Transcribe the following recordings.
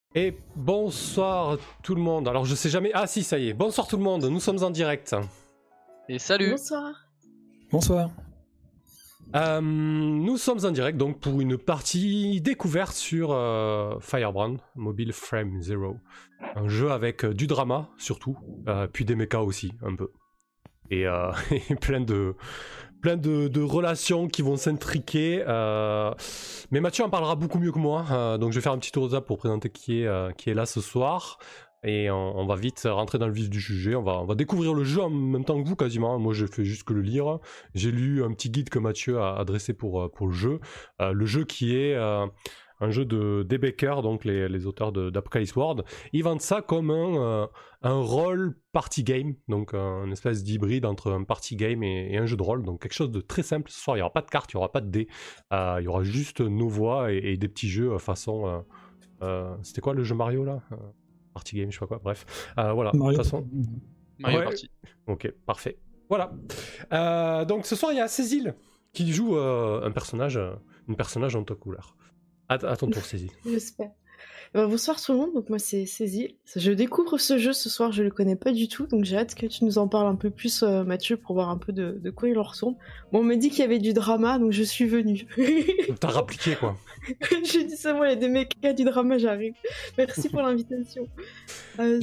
Et bonsoir tout le monde. Alors je sais jamais... Ah si, ça y est. Bonsoir tout le monde, nous sommes en direct. Et salut. Bonsoir. Bonsoir. Nous sommes en direct donc pour une partie découverte sur Firebrand, Mobile Frame Zero. Un jeu avec du drama surtout, puis des mechas aussi un peu. Et, et plein de relations qui vont s'intriquer. Mais Mathieu en parlera beaucoup mieux que moi. Donc je vais faire un petit tour de table pour présenter qui est là ce soir. Et on va vite rentrer dans le vif du sujet. On va découvrir le jeu en même temps que vous quasiment. Moi je fais juste que le lire. J'ai lu un petit guide que Mathieu a dressé pour le jeu. Le jeu qui est un jeu de D. Baker, donc les auteurs d'Apocalypse World. Ils vendent ça comme un rôle party game, donc une espèce d'hybride entre un party game et un jeu de rôle, donc quelque chose de très simple. Ce soir, il n'y aura pas de cartes, il n'y aura pas de dés, il y aura juste nos voix et des petits jeux façon... c'était quoi le jeu Mario là party game, je sais pas quoi, bref. Voilà, Mario. de toute façon... Mario Party. Ok, parfait. Voilà. Donc ce soir, il y a Cécile qui joue un personnage en ta couleur. À ton tour, Cécile. J'espère. Bonsoir tout le monde, donc moi c'est Cécile. Je découvre ce jeu ce soir, je le connais pas du tout, donc j'ai hâte que tu nous en parles un peu plus Mathieu pour voir un peu de quoi il en retourne. Bon, on m'a dit qu'il y avait du drama, donc je suis venue. T'as rappliqué quoi. J'ai dit ça, moi il y a des mecs qui a du drama, j'arrive. Merci pour l'invitation. Ouais,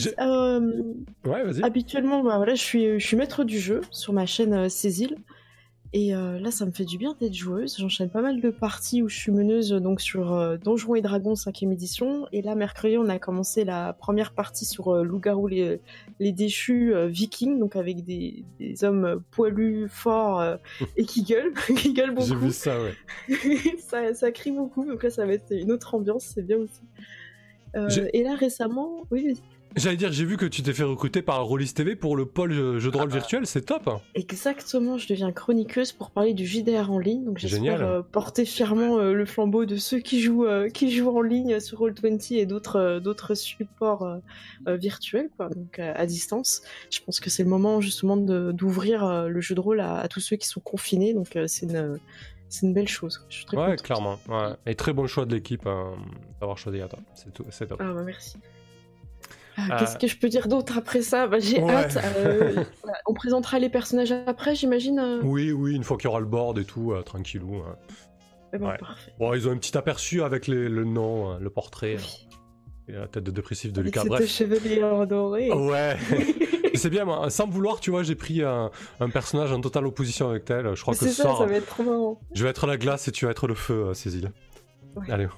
vas-y. Habituellement, voilà, je suis maître du jeu sur ma chaîne Cécile. Et là, ça me fait du bien d'être joueuse. J'enchaîne pas mal de parties où je suis meneuse donc sur Donjons et Dragons 5ème édition. Et là, mercredi, on a commencé la première partie sur Loup-garou les déchus vikings, donc avec des hommes poilus, forts et qui gueulent, qui gueulent beaucoup. J'ai vu ça, ouais. ça crie beaucoup, donc là, ça va être une autre ambiance, c'est bien aussi. Et là, récemment... Oui, vas-y. J'allais dire, j'ai vu que tu t'es fait recruter par Rollis TV pour le pôle jeu de rôle virtuel, c'est top. Exactement, je deviens chroniqueuse pour parler du JDR en ligne, donc j'espère porter fièrement le flambeau de ceux qui jouent en ligne sur Roll20 et d'autres supports virtuels, quoi, donc à distance. Je pense que c'est le moment justement d'ouvrir le jeu de rôle à tous ceux qui sont confinés, donc c'est une belle chose. Je suis très contente. Clairement. Ouais. Et très bon choix de l'équipe d'avoir choisi à toi. C'est top. Ah bah merci. Qu'est-ce que je peux dire d'autre après ça? J'ai hâte. On présentera les personnages après, j'imagine. Oui, une fois qu'il y aura le board et tout, tranquillou. Parfait. Bon, ils ont un petit aperçu avec le nom, le portrait, et la tête de dépressif de Lucas. Bref. Chevalier en doré. Ouais. C'est bien, moi, sans vouloir, tu vois, j'ai pris un personnage en totale opposition avec tel. Je crois que ça va être trop marrant. Je vais être la glace et tu vas être le feu, Cécile. Ouais. Allez.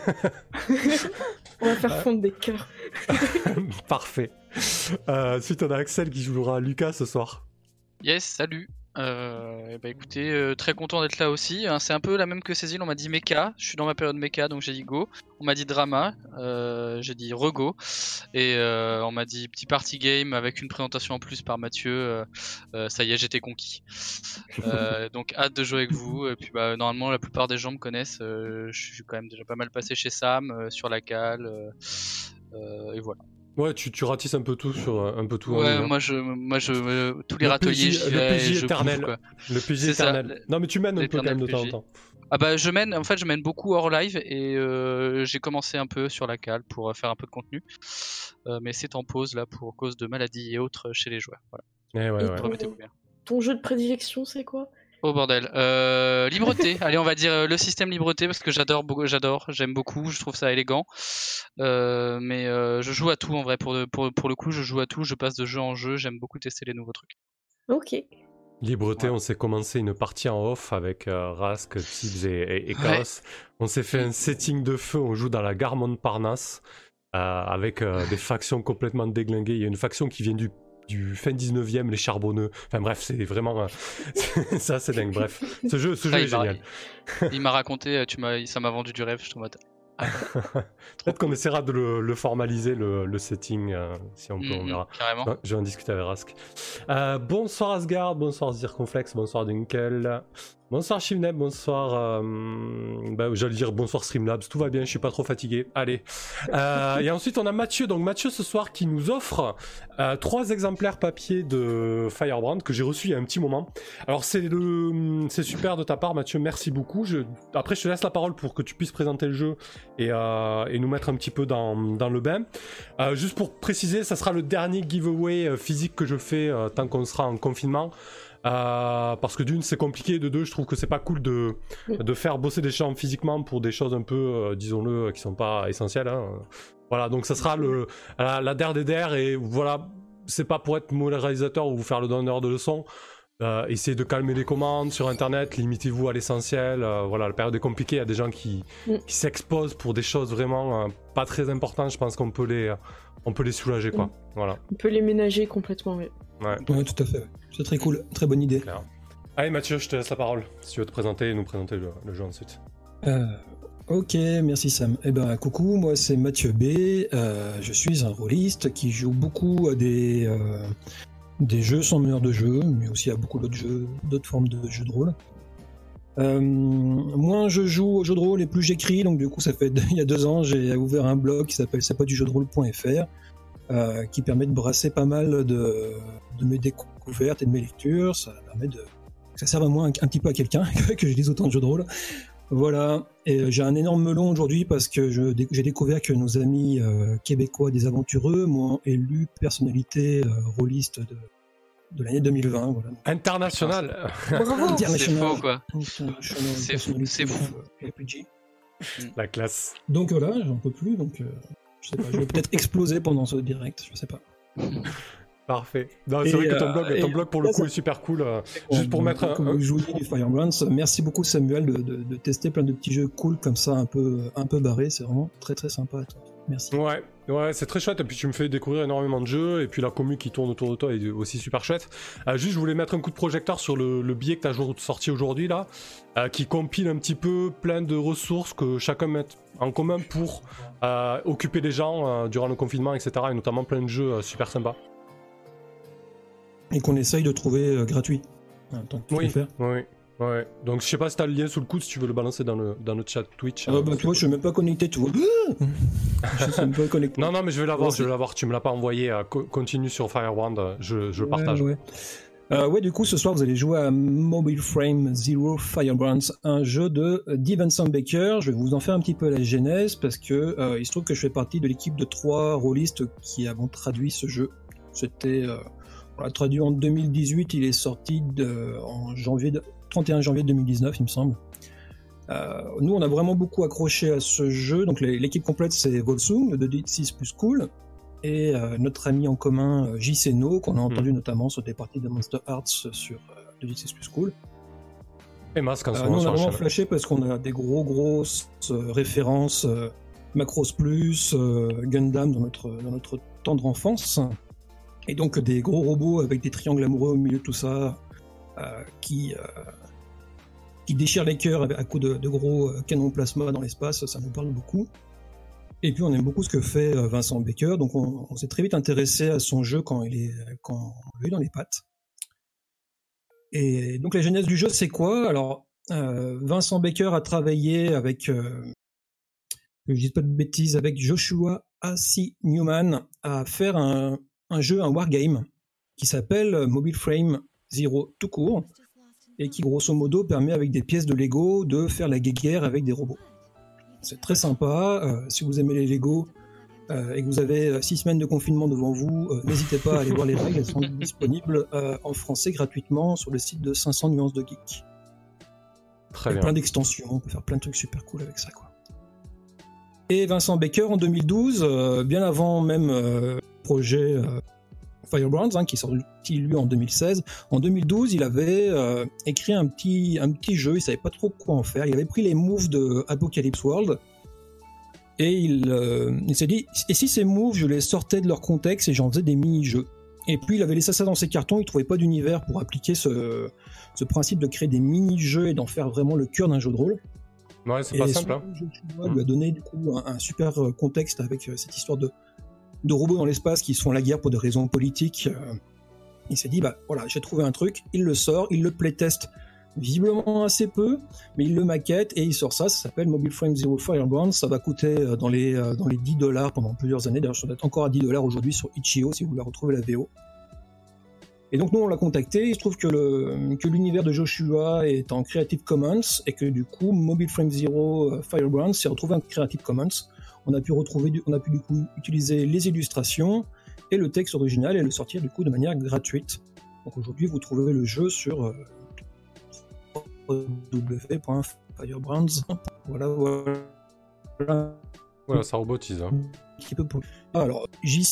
On va faire fondre des cœurs. Parfait. Ensuite, on a Axel qui jouera Lucas ce soir. Yes, salut. Écoutez, très content d'être là aussi. C'est un peu la même que Cécile, on m'a dit mecha. Je suis dans ma période mecha, donc j'ai dit go. On m'a dit drama, j'ai dit rego. Et on m'a dit petit party game avec une présentation en plus par Mathieu. Ça y est, j'étais conquis. Donc hâte de jouer avec vous. Et puis normalement, la plupart des gens me connaissent. Je suis quand même déjà pas mal passé chez Sam, sur la cale. Et voilà. Ouais, tu ratisses un peu tout sur un peu tout. Ouais, moi je tous les râteliers, le PJ éternel. Le PJ éternel. Non, mais tu mènes un peu quand même de temps en temps. Ah bah je mène beaucoup hors live et j'ai commencé un peu sur la cale pour faire un peu de contenu. Mais c'est en pause là pour cause de maladies et autres chez les joueurs. Voilà. Ouais. Ton jeu de prédilection, c'est quoi? Oh bordel. Libreté. Allez, on va dire le système libreté parce que j'aime beaucoup, je trouve ça élégant. Mais je joue à tout en vrai. Pour le coup, je joue à tout, je passe de jeu en jeu, j'aime beaucoup tester les nouveaux trucs. Ok. Libreté, on s'est commencé une partie en off avec Rask, Tibbs et Chaos. Ouais. On s'est fait un setting de feu, on joue dans la gare Montparnasse avec des factions complètement déglinguées. Il y a une faction qui vient du fin 19e, les charbonneux. Enfin bref, c'est vraiment... ça, c'est dingue. Bref, ce jeu est génial. Il m'a raconté, ça m'a vendu du rêve, je trouve. Peut-être qu'on essaiera de le formaliser, le setting, si on peut, on verra. Carrément. Non, je vais en discuter avec Rask. Bonsoir Asgard, bonsoir Zirconflex, bonsoir Dunkel. Bonsoir Chimneb, bonsoir. J'allais dire bonsoir Streamlabs, tout va bien, je suis pas trop fatigué. Allez. Et ensuite on a Mathieu, donc Mathieu ce soir qui nous offre 3 exemplaires papier de Firebrand que j'ai reçu il y a un petit moment. Alors c'est super de ta part Mathieu, merci beaucoup. Après je te laisse la parole pour que tu puisses présenter le jeu et nous mettre un petit peu dans le bain. Juste pour préciser, ça sera le dernier giveaway physique que je fais tant qu'on sera en confinement. Parce que d'une c'est compliqué, de deux je trouve que c'est pas cool de faire bosser des gens physiquement pour des choses un peu disons-le qui sont pas essentielles hein. Voilà, donc ça sera la der des der, et voilà, c'est pas pour être mauvais réalisateur ou vous faire le donneur de leçons. Essayez de calmer les commandes sur internet, limitez-vous à l'essentiel. Voilà, la période est compliquée, il y a des gens qui s'exposent pour des choses vraiment pas très importantes. Je pense qu'on peut les soulager quoi. Voilà. On peut les ménager complètement, oui. Ouais, tout à fait. C'est très cool, très bonne idée. Claire. Allez Mathieu, je te laisse la parole si tu veux te présenter et nous présenter le jeu ensuite. Ok, merci Sam. Eh ben coucou, moi c'est Mathieu B. Je suis un rôliste qui joue beaucoup à des jeux sans meneur de jeu, mais aussi à beaucoup d'autres formes de jeux de rôle. Moins je joue aux jeux de rôle et plus j'écris, donc du coup ça fait il y a 2 ans j'ai ouvert un blog qui s'appelle c'est-pas-du-jeu-de-rôle.fr qui permet de brasser pas mal de mes découvertes et de mes lectures. Ça permet que ça serve à moi un petit peu à quelqu'un que je lise autant de jeux de rôle. Voilà, et j'ai un énorme melon aujourd'hui parce que j'ai découvert que nos amis québécois des aventureux m'ont élu personnalité rôliste de l'année 2020. Voilà. International. Bravo. C'est faux quoi. C'est fou. RPG. La classe. Donc voilà, j'en peux plus, donc je sais pas, je vais peut-être exploser pendant ce direct, je sais pas. Parfait. Non, c'est vrai que ton blog pour le coup est super cool. Juste pour mettre un... Je vous dis Firebrands, merci beaucoup Samuel de tester plein de petits jeux cool comme ça, un peu barrés, c'est vraiment très très sympa à toi. Merci. Ouais, c'est très chouette, et puis tu me fais découvrir énormément de jeux, et puis la commu qui tourne autour de toi est aussi super chouette. Juste, je voulais mettre un coup de projecteur sur le billet que tu as sorti aujourd'hui, là, qui compile un petit peu plein de ressources que chacun met en commun pour occuper les gens durant le confinement, etc., et notamment plein de jeux super sympas. Et qu'on essaye de trouver gratuit. Oui. Donc je sais pas si t'as le lien sous le coude, si tu veux le balancer dans le chat Twitch. Bah tu vois, je suis même pas connecté, tu vois. Je suis même pas connecté. Non, mais je vais l'avoir, tu me l'as pas envoyé. Continue sur Firebrand, je le partage. Ouais, du coup, ce soir, vous allez jouer à Mobile Frame Zero Firebrands, un jeu de Vincent Baker. Je vais vous en faire un petit peu la genèse, parce que il se trouve que je fais partie de l'équipe de 3 rôlistes qui avons traduit ce jeu. C'était traduit en 2018, il est sorti en 31 janvier 2019, il me semble. Nous, on a vraiment beaucoup accroché à ce jeu. Donc, l'équipe complète, c'est Volsung, de 6 plus Cool, et notre ami en commun, JC No, qu'on a entendu notamment sur des parties de Monster Hearts sur 6 plus Cool. Et Masque en ce moment. Nous, on a vraiment flashé parce qu'on a des grosses références Macross Plus, Gundam dans notre tendre enfance. Et donc, des gros robots avec des triangles amoureux au milieu de tout ça, qui déchire les cœurs à coups de gros canons plasma dans l'espace, ça nous parle beaucoup. Et puis on aime beaucoup ce que fait Vincent Baker, donc on s'est très vite intéressé à son jeu quand on l'a eu dans les pattes. Et donc la genèse du jeu, c'est quoi ? Alors, Vincent Baker a travaillé avec, que je dis pas de bêtises, avec Joshua A.C. Newman à faire un jeu, un wargame, qui s'appelle Mobile Frame Zero tout court, et qui grosso modo permet avec des pièces de Lego de faire la guéguerre avec des robots. C'est très sympa. Si vous aimez les Lego et que vous avez 6 semaines de confinement devant vous, n'hésitez pas à aller voir les règles, elles sont disponibles en français gratuitement sur le site de 500 nuances de geek. Très bien. Plein d'extensions, on peut faire plein de trucs super cool avec ça, quoi. Et Vincent Baker en 2012, bien avant même le projet Firebrands, qui est sorti lui en 2016. En 2012, il avait écrit un petit jeu, il savait pas trop quoi en faire. Il avait pris les moves de Apocalypse World et il s'est dit, et si ces moves, je les sortais de leur contexte et j'en faisais des mini-jeux. Et puis il avait laissé ça dans ses cartons, il trouvait pas d'univers pour appliquer ce principe de créer des mini-jeux et d'en faire vraiment le cœur d'un jeu de rôle. Ouais, c'est pas simple. Il lui a donné du coup un super contexte avec cette histoire de robots dans l'espace qui se font la guerre pour des raisons politiques. Il s'est dit, bah voilà, j'ai trouvé un truc, il le sort, il le playtest visiblement assez peu, mais il le maquette et il sort ça s'appelle Mobile Frame Zero Firebrands, ça va coûter dans les $10 pendant plusieurs années, d'ailleurs ça doit être encore à $10 aujourd'hui sur Itch.io si vous voulez retrouver la VO. Et donc nous on l'a contacté, il se trouve que l'univers de Joshua est en Creative Commons et que du coup Mobile Frame Zero Firebrands s'est retrouvé en Creative Commons. On a pu du coup utiliser les illustrations et le texte original et le sortir du coup de manière gratuite. Donc aujourd'hui vous trouvez le jeu sur www.firebrands. Voilà. Voilà, ça robotise. Hein. Alors,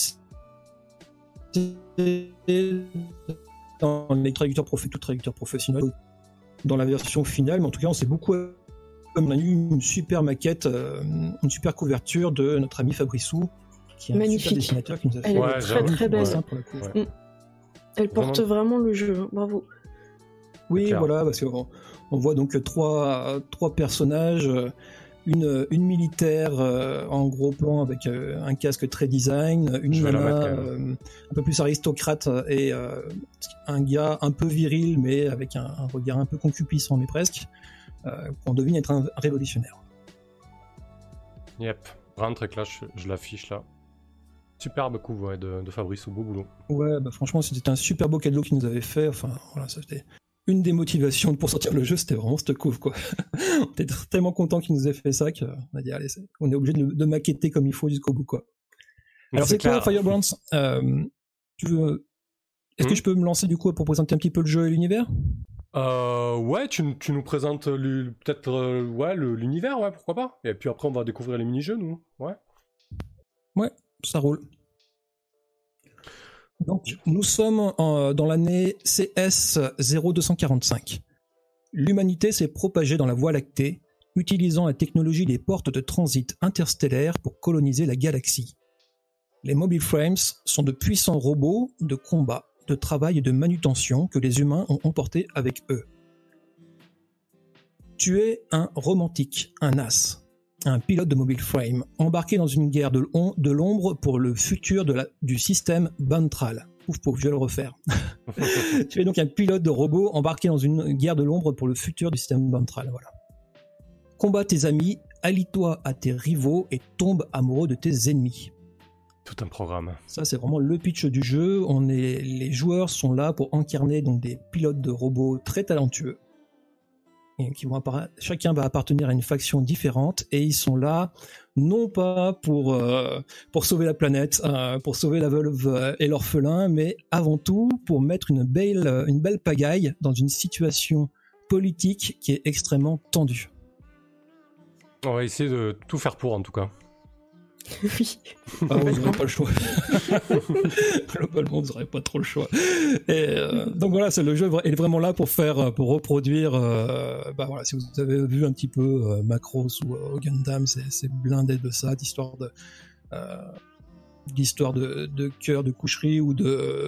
dans les traducteurs tout traducteur professionnel, dans la version finale, mais en tout cas, on s'est beaucoup. On a eu une super maquette, une super couverture de notre ami Fabrissou, qui est un magnifique super dessinateur qui nous a fait. Elle est très très belle. Ouais. Elle porte vraiment le jeu, bravo. Oui, voilà, parce qu'on voit donc trois personnages, une militaire en gros plan avec un casque très design, une nana un peu plus aristocrate et un gars un peu viril mais avec un regard un peu concupiscent mais presque, qu'on devine être un révolutionnaire. Yep, vraiment très clash, je l'affiche là. Superbe coup de Fabrice, au beau boulot. Ouais, bah franchement c'était un super beau cadeau qu'il nous avait fait, enfin voilà, ça c'était une des motivations pour sortir le jeu, c'était vraiment cette couve, quoi. On était tellement content qu'il nous ait fait ça qu'on a dit, allez, on est obligé de maqueter comme il faut jusqu'au bout, quoi. Alors, c'est quoi Firebrands? Est-ce que je peux me lancer, du coup, pour présenter un petit peu le jeu et l'univers? Ouais, tu nous présentes peut-être l'univers, ouais, pourquoi pas. Et puis après, on va découvrir les mini-jeux, nous. Ouais. Ouais, ça roule. Donc, nous sommes dans l'année CS 0245. L'humanité s'est propagée dans la Voie lactée, utilisant la technologie des portes de transit interstellaires pour coloniser la galaxie. Les Mobile Frames sont de puissants robots de combat, de travail et de manutention que les humains ont emportés avec eux. Tu es un romantique, un as, un pilote de Mobile Frame, embarqué dans une guerre de l'ombre pour le futur du système Bantral. Ouf, pauvre, je vais le refaire. Tu es donc un pilote de robot embarqué dans une guerre de l'ombre pour le futur du système Bantral. Voilà. Combat tes amis, allie-toi à tes rivaux et tombe amoureux de tes ennemis. Tout un programme. Ça, c'est vraiment le pitch du jeu. Les joueurs sont là pour incarner donc des pilotes de robots très talentueux. Et chacun va appartenir à une faction différente et ils sont là non pas pour sauver la planète, pour sauver la veuve et l'orphelin, mais avant tout pour mettre une belle pagaille dans une situation politique qui est extrêmement tendue. On va essayer de tout faire pour, en tout cas. Oui. Ah, vous n'aurez pas le choix. Globalement, vous n'aurez pas trop le choix. Et donc voilà, le jeu est vraiment là pour reproduire. Voilà, si vous avez vu un petit peu Macross ou Gundam, c'est blindé de ça, d'histoire de cœur, de coucherie ou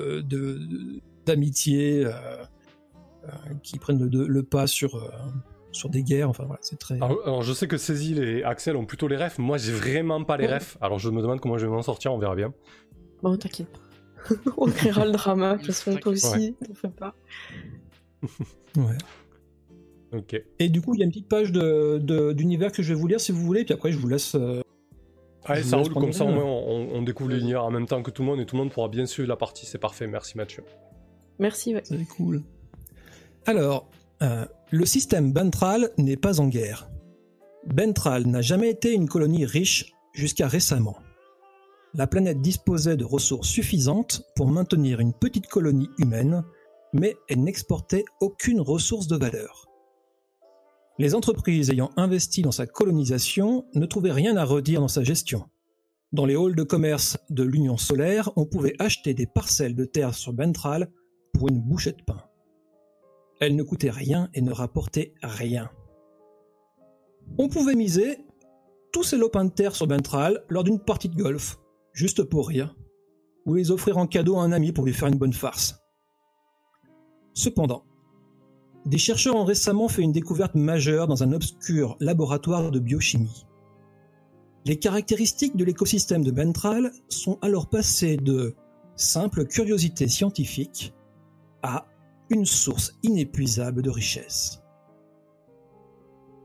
d'amitié qui prennent le pas sur des guerres, enfin voilà, c'est très... Alors je sais que Cécile et Axel ont plutôt les refs, moi j'ai vraiment pas les refs, alors je me demande comment je vais m'en sortir, on verra bien. Bon, t'inquiète pas. On créera le drama, de toute façon, toi aussi, t'en fais pas. Ouais. Ok. Et du coup, il y a une petite page d'univers que je vais vous lire si vous voulez, puis après je vous laisse... Allez, ça roule, comme ça au moins on découvre l'univers en même temps que tout le monde, et tout le monde pourra bien suivre la partie, c'est parfait, merci Mathieu. Merci, ouais. C'est cool. Alors... le système Bantral n'est pas en guerre. Bantral n'a jamais été une colonie riche jusqu'à récemment. La planète disposait de ressources suffisantes pour maintenir une petite colonie humaine, mais elle n'exportait aucune ressource de valeur. Les entreprises ayant investi dans sa colonisation ne trouvaient rien à redire dans sa gestion. Dans les halls de commerce de l'Union solaire, on pouvait acheter des parcelles de terre sur Bantral pour une bouchée de pain. Elle ne coûtait rien et ne rapportait rien. On pouvait miser tous ces lopins de terre sur Bantral lors d'une partie de golf, juste pour rire, ou les offrir en cadeau à un ami pour lui faire une bonne farce. Cependant, des chercheurs ont récemment fait une découverte majeure dans un obscur laboratoire de biochimie. Les caractéristiques de l'écosystème de Bantral sont alors passées de simple curiosité scientifique à une source inépuisable de richesse.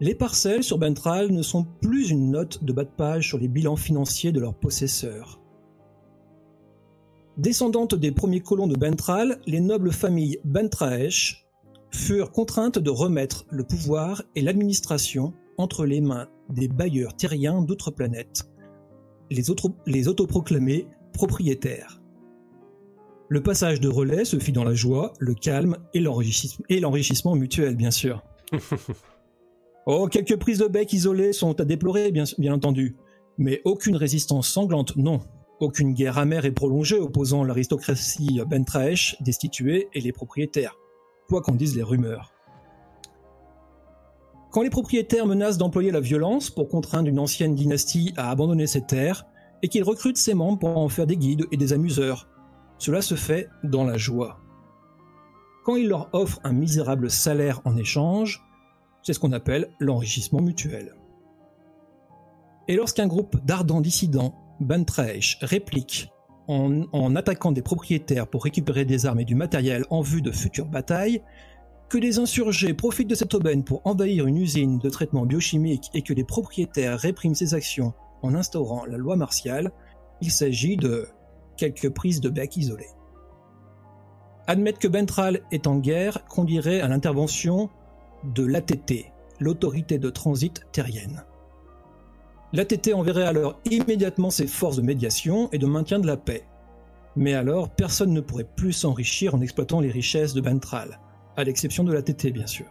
Les parcelles sur Bentral ne sont plus une note de bas de page sur les bilans financiers de leurs possesseurs. Descendantes des premiers colons de Bentral, les nobles familles Bentraesh furent contraintes de remettre le pouvoir et l'administration entre les mains des bailleurs terriens d'autres planètes, les autoproclamés propriétaires. Le passage de relais se fit dans la joie, le calme et l'enrichissement mutuel, bien sûr. Oh, quelques prises de bec isolées sont à déplorer, bien entendu, mais aucune résistance sanglante, non. Aucune guerre amère et prolongée opposant l'aristocratie Bentraesh destituée et les propriétaires, quoi qu'en disent les rumeurs. Quand les propriétaires menacent d'employer la violence pour contraindre une ancienne dynastie à abandonner ses terres, et qu'ils recrutent ses membres pour en faire des guides et des amuseurs, cela se fait dans la joie. Quand ils leur offrent un misérable salaire en échange, c'est ce qu'on appelle l'enrichissement mutuel. Et lorsqu'un groupe d'ardents dissidents, Bentraesh, réplique en attaquant des propriétaires pour récupérer des armes et du matériel en vue de futures batailles, que des insurgés profitent de cette aubaine pour envahir une usine de traitement biochimique et que les propriétaires répriment ces actions en instaurant la loi martiale, il s'agit de quelques prises de bec isolées. Admettre que Bentral est en guerre conduirait à l'intervention de l'ATT, l'autorité de transit terrienne. L'ATT enverrait alors immédiatement ses forces de médiation et de maintien de la paix. Mais alors, personne ne pourrait plus s'enrichir en exploitant les richesses de Bentral, à l'exception de l'ATT bien sûr.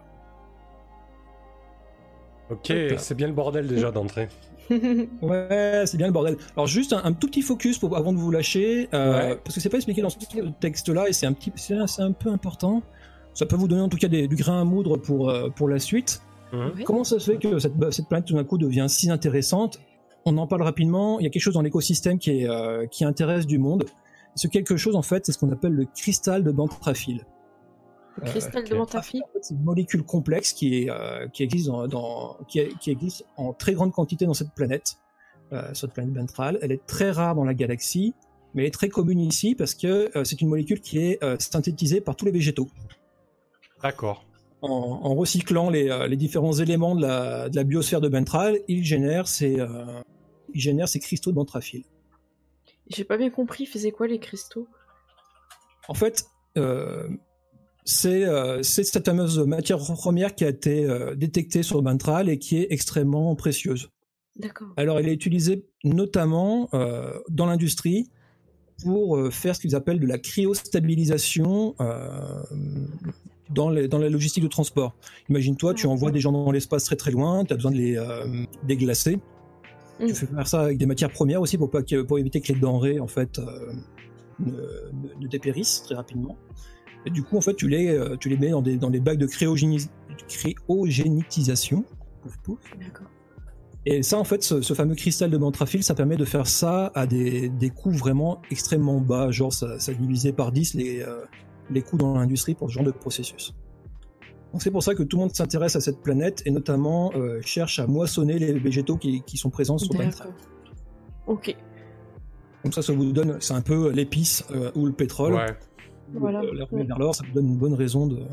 Ok, c'est bien le bordel déjà d'entrée. Ouais, c'est bien le bordel. Alors juste un tout petit focus avant de vous lâcher, parce que c'est pas expliqué dans ce texte-là et c'est un peu important. Ça peut vous donner en tout cas du grain à moudre pour la suite. Oui. Comment ça se fait que cette planète tout d'un coup devient si intéressante? On en parle rapidement. Il y a quelque chose dans l'écosystème qui intéresse du monde. Ce quelque chose en fait, c'est ce qu'on appelle le cristal de Bantrafil. Le cristal de Bantrafil. C'est une molécule complexe qui existe qui existe en très grande quantité dans cette planète Bentral. Elle est très rare dans la galaxie, mais elle est très commune ici parce que c'est une molécule qui est synthétisée par tous les végétaux. D'accord. En recyclant les différents éléments de la biosphère de Bentral, il génère ces cristaux de Bantrafil. J'ai pas bien compris, ils faisaient quoi les cristaux? En fait, c'est cette fameuse matière première qui a été détectée sur Bentral et qui est extrêmement précieuse. D'accord. Alors, elle est utilisée notamment dans l'industrie pour faire ce qu'ils appellent de la cryostabilisation dans la logistique de transport. Imagine-toi, tu envoies des gens dans l'espace très très loin, tu as besoin de les déglacer. Tu fais faire ça avec des matières premières aussi pour éviter que les denrées en fait ne dépérissent très rapidement. Et du coup, en fait, tu les mets dans des bacs de cryogénitisation. Pouf, pouf. D'accord. Et ça, en fait, ce fameux cristal de Bantrafil, ça permet de faire ça à des coûts vraiment extrêmement bas. Genre, ça divisait par 10 les coûts dans l'industrie pour ce genre de processus. Donc c'est pour ça que tout le monde s'intéresse à cette planète et notamment cherche à moissonner les végétaux qui sont présents sur Bentral. Ok. Comme ça vous donne, c'est un peu l'épice ou le pétrole. Ouais. Voilà. La remettre vers l'or, ça vous donne une bonne raison de...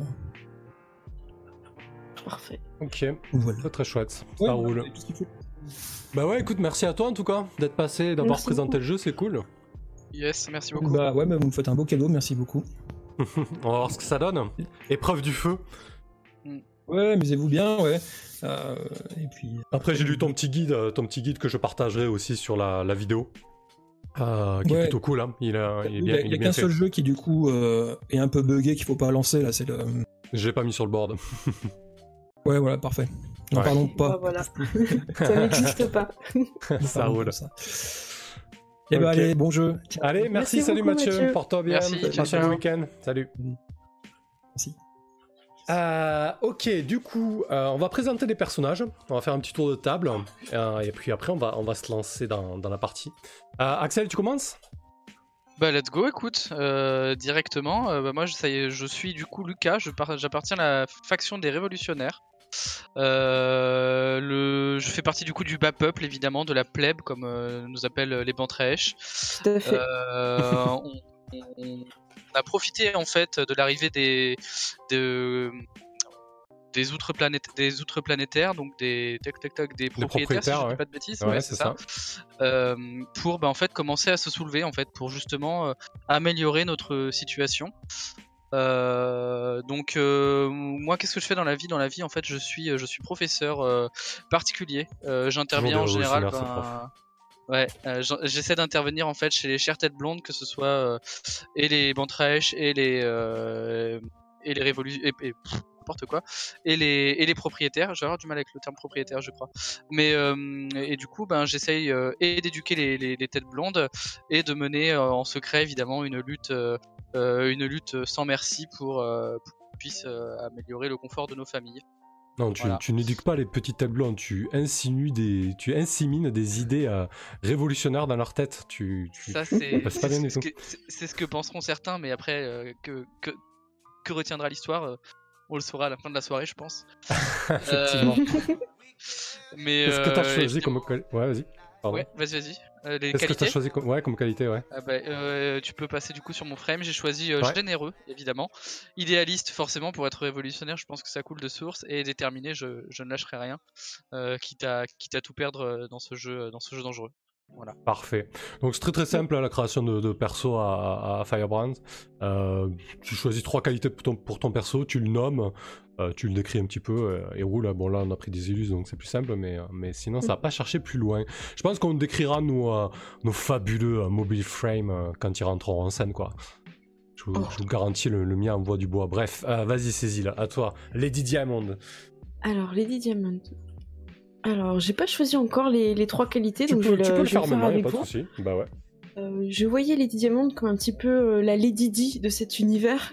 Parfait. Ok, Voilà. très très chouette, Ouais, ça roule. tout ce qu'il faut. Bah ouais, écoute, merci à toi en tout cas d'être passé, d'avoir Merci présenté beaucoup. le jeu, c'est cool. Yes, merci beaucoup. Bah ouais, mais vous me faites un beau cadeau, merci beaucoup. On va voir ce que ça donne. Épreuve du feu. Ouais, amusez-vous bien, ouais. Et puis... Après, j'ai lu ton petit guide que je partagerai aussi sur la vidéo. Qui est plutôt cool, hein. Il est bien, il y a bien qu'un fait. seul jeu qui du coup est un peu buggé, qu'il faut pas lancer, là, c'est le... J'ai pas mis sur le board. Ouais, voilà, parfait. N'en Ouais. parlons pas. Bah, voilà. Ça n'existe pas. Ça roule. Et bah Ok. allez, bon jeu. Allez, merci, salut beaucoup, Mathieu. Mathieu. Porte-toi bien. Merci, ciao, Passe un ciao. week-end. Salut. Merci. Ok, du coup, on va présenter des personnages. On va faire un petit tour de table. Et puis après, on va se lancer dans la partie. Axel, tu commences? Bah let's go, écoute, directement. Bah, moi, ça y est, je suis du coup Lucas, j'appartiens à la faction des révolutionnaires. Je fais partie du coup du bas peuple, évidemment, de la plèbe, comme nous appellent les Bantraesh. Tout à fait. On a profité en fait de l'arrivée des outres planétaires, donc des des propriétaires, si je ouais. dis pas de bêtises, Ouais, ouais, c'est c'est ça. Pour en fait commencer à se soulever en fait, pour justement améliorer notre situation. Donc moi qu'est-ce que je fais dans la vie? Dans la vie en fait je suis professeur particulier. J'interviens en général ouais, j'essaie d'intervenir en fait chez les chères têtes blondes, que ce soit et les Bantraesh et les révolutions et n'importe quoi, et les propriétaires. J'ai avoir du mal avec le terme propriétaire, je crois. Mais et du coup, ben j'essaye et d'éduquer les têtes blondes et de mener en secret évidemment une lutte sans merci pour qu'on puisse améliorer le confort de nos familles. Non, Voilà. tu n'éduques pas les petits têtes blondes, tu insémines des idées révolutionnaires dans leur tête. Ça c'est c'est pas bien du tout. c'est ce que penseront certains, mais après que retiendra l'histoire, on le saura à la fin de la soirée, je pense. Effectivement. Mais Qu'est-ce que tu as choisi comme... Ouais, vas-y. Pardon. Ouais, vas-y. Les Qu'est-ce que tu qualités. as choisi comme qualité, ouais. Tu peux passer du coup sur mon frame. J'ai choisi Ouais. généreux, évidemment. Idéaliste, forcément, pour être révolutionnaire, je pense que ça coule de source. Et déterminé, je ne lâcherai rien. Quitte à tout perdre dans ce jeu dangereux. Voilà. Parfait. Donc c'est très très simple la création de perso à Firebrand. Tu choisis 3 qualités pour ton perso, tu le nommes, tu le décris un petit peu et roule. Bon là on a pris des illus donc c'est plus simple, mais sinon ça va pas chercher plus loin. Je pense qu'on décrira nos fabuleux mobile frame quand ils rentreront en scène quoi. Je vous garantis, le mien envoie du bois. Bref, vas-y Cécile, à toi. Lady Diamond. Alors, Lady Diamond. Alors, j'ai pas choisi encore les 3 qualités, Tu donc peux je le vais faire faire maintenant, avec y'a pas de vous. souci. Bah ouais. Je voyais Lady Diamond comme un petit peu la Lady Di de cet univers.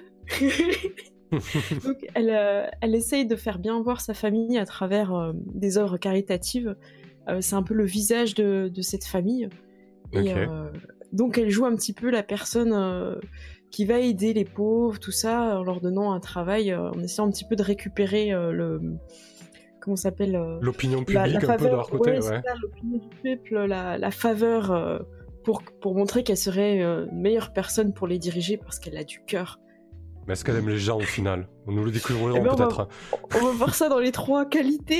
Donc, elle essaye de faire bien voir sa famille à travers des œuvres caritatives. C'est un peu le visage de cette famille. Et Ok. donc, elle joue un petit peu la personne qui va aider les pauvres, tout ça, en leur donnant un travail, en essayant un petit peu de récupérer comment ça s'appelle L'opinion publique un peu de leur côté, ouais. ouais. C'est ça, l'opinion du peuple, la faveur pour montrer qu'elle serait une meilleure personne pour les diriger parce qu'elle a du cœur. Mais est-ce qu'elle aime les gens au final? Nous le découvrirons Eh ben, peut-être. On va voir ça dans les 3 qualités.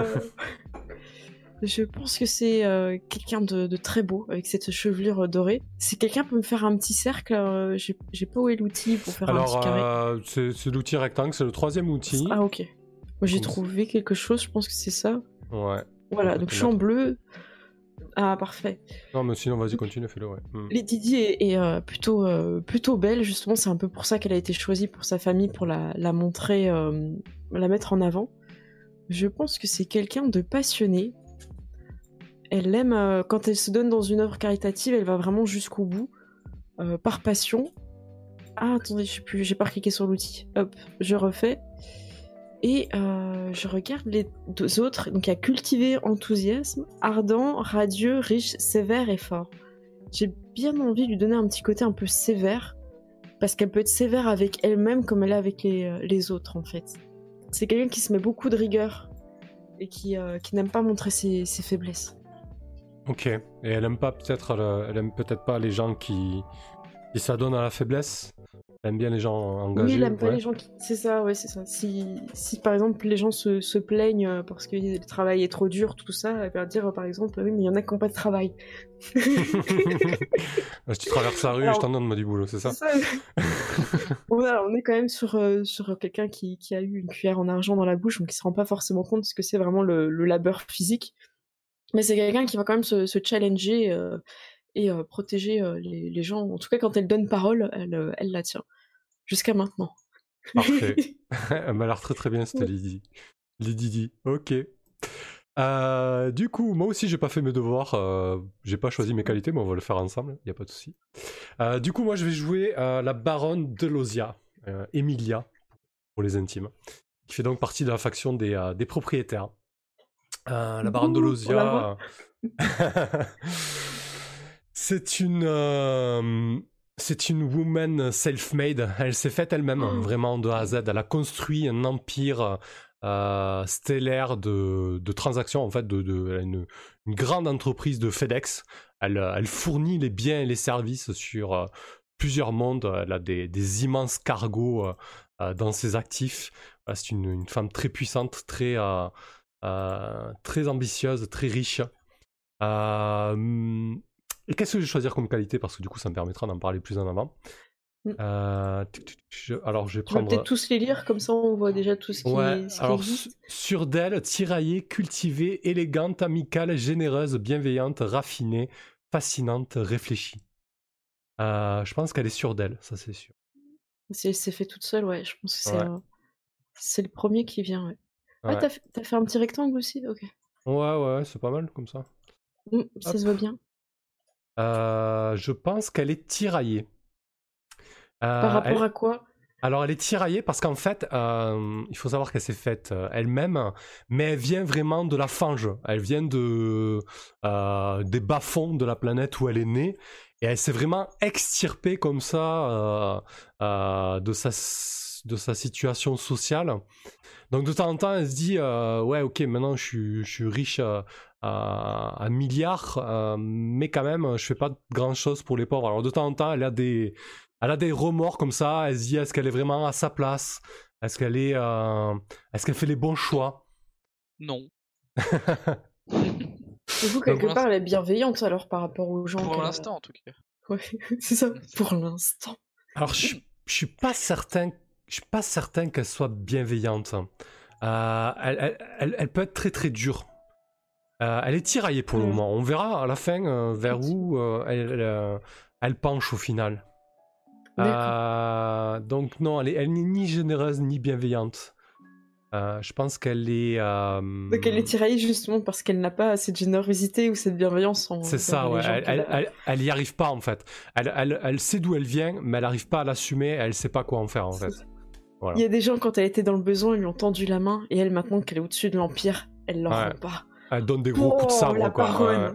Je pense que c'est quelqu'un de très beau avec cette chevelure dorée. Si quelqu'un peut me faire un petit cercle, j'ai pas où est l'outil pour faire un petit carré. Alors, c'est l'outil rectangle, c'est le 3e outil. Ah ok. Moi j'ai Comme trouvé quelque chose, je pense que c'est ça. Ouais. Voilà, On peut donc te je suis en mettre. bleu. Ah parfait. Non, mais sinon, vas-y, continue, fais-le, ouais. Lady Di est plutôt belle, justement, c'est un peu pour ça qu'elle a été choisie pour sa famille, pour la montrer, la mettre en avant. Je pense que c'est quelqu'un de passionné. Elle aime, quand elle se donne dans une œuvre caritative, elle va vraiment jusqu'au bout, par passion. Ah, attendez, je sais plus, j'ai pas cliqué sur l'outil. Hop, je refais. Et je regarde les 2 autres. Donc il y a cultiver, enthousiasme, ardent, radieux, riche, sévère et fort. J'ai bien envie de lui donner un petit côté un peu sévère, parce qu'elle peut être sévère avec elle-même comme elle est avec les autres en fait. C'est quelqu'un qui se met beaucoup de rigueur et qui n'aime pas montrer ses faiblesses. Ok. Et elle aime peut-être pas les gens qui s'adonnent à la faiblesse. Elle aime bien les gens engagés. Oui, il aime pas ouais. les gens qui... C'est ça, ouais, c'est ça. Si par exemple les gens se plaignent parce que le travail est trop dur, tout ça, elle va dire par exemple, oui, mais il y en a qui n'ont pas de travail. Si tu traverses la rue, Alors, je t'en donne moi du boulot, c'est ça? C'est ça. Voilà, on est quand même sur quelqu'un qui a eu une cuillère en argent dans la bouche, donc qui se rend pas forcément compte de ce que c'est vraiment le labeur physique. Mais c'est quelqu'un qui va quand même se challenger et protéger les gens. En tout cas, quand elle donne parole, elle la tient. Jusqu'à maintenant. Parfait. Elle m'a l'air très très bien cette Lady Di. Ok. Du coup, moi aussi j'ai pas fait mes devoirs, j'ai pas choisi mes qualités, mais on va le faire ensemble, y a pas de souci. Du coup, moi je vais jouer la baronne de Lozia, Emilia, pour les intimes, qui fait donc partie de la faction des propriétaires. La baronne de Lozia, c'est une woman self-made. Elle s'est faite elle-même, vraiment de A à Z. Elle a construit un empire stellaire de transactions. En fait, elle a une grande entreprise de FedEx. Elle fournit les biens et les services sur plusieurs mondes. Elle a des immenses cargos dans ses actifs. C'est une femme très puissante, très ambitieuse, très riche. Et qu'est-ce que je vais choisir comme qualité, parce que du coup ça me permettra d'en parler plus en avant. Alors je vais Tu vas prendre... peut-être tous les lire, comme ça on voit déjà tout ce qui, alors existe. sur d'elle, tiraillée, cultivée, élégante, amicale, généreuse, bienveillante, raffinée, fascinante, réfléchie. Je pense qu'elle est sûre d'elle, ça c'est sûr. C'est fait toute seule, ouais. Je pense que Ouais. c'est le premier qui vient, ouais. Ah, Ouais. t'as fait un petit rectangle aussi? Ok. Ouais, c'est pas mal comme ça. Ça se voit bien. Je pense qu'elle est tiraillée. Par rapport à quoi? Alors elle est tiraillée parce qu'en fait, il faut savoir qu'elle s'est faite elle-même, mais elle vient vraiment de la fange. Elle vient des bas-fonds de la planète où elle est née, et elle s'est vraiment extirpée comme ça de sa situation sociale. Donc de temps en temps, elle se dit ouais, ok, maintenant je suis riche à milliards, mais quand même, je fais pas grand chose pour les pauvres. Alors de temps en temps, elle a des remords comme ça. Elle se dit, est-ce qu'elle est vraiment à sa place? Est-ce qu'elle fait les bons choix? Non. Du coup, quelque part, elle est bienveillante alors par rapport aux gens. Pour l'instant, en tout cas. Ouais, c'est ça, pour l'instant. Alors, je suis pas certain qu'elle soit bienveillante. Elle peut être très très dure. Elle est tiraillée pour le moment. On verra à la fin vers où elle penche au final. Donc non, elle n'est ni généreuse ni bienveillante. Je pense qu'elle est... Donc elle est tiraillée justement parce qu'elle n'a pas cette générosité ou cette bienveillance. C'est ça, ouais. Elle y arrive pas en fait. Elle sait d'où elle vient, mais elle n'arrive pas à l'assumer. Elle sait pas quoi en faire en fait. Voilà. Il y a des gens, quand elle était dans le besoin, ils lui ont tendu la main, et elle, maintenant qu'elle est au-dessus de l'Empire, elle leur rend pas. Elle donne des gros coups de sabre, la quoi.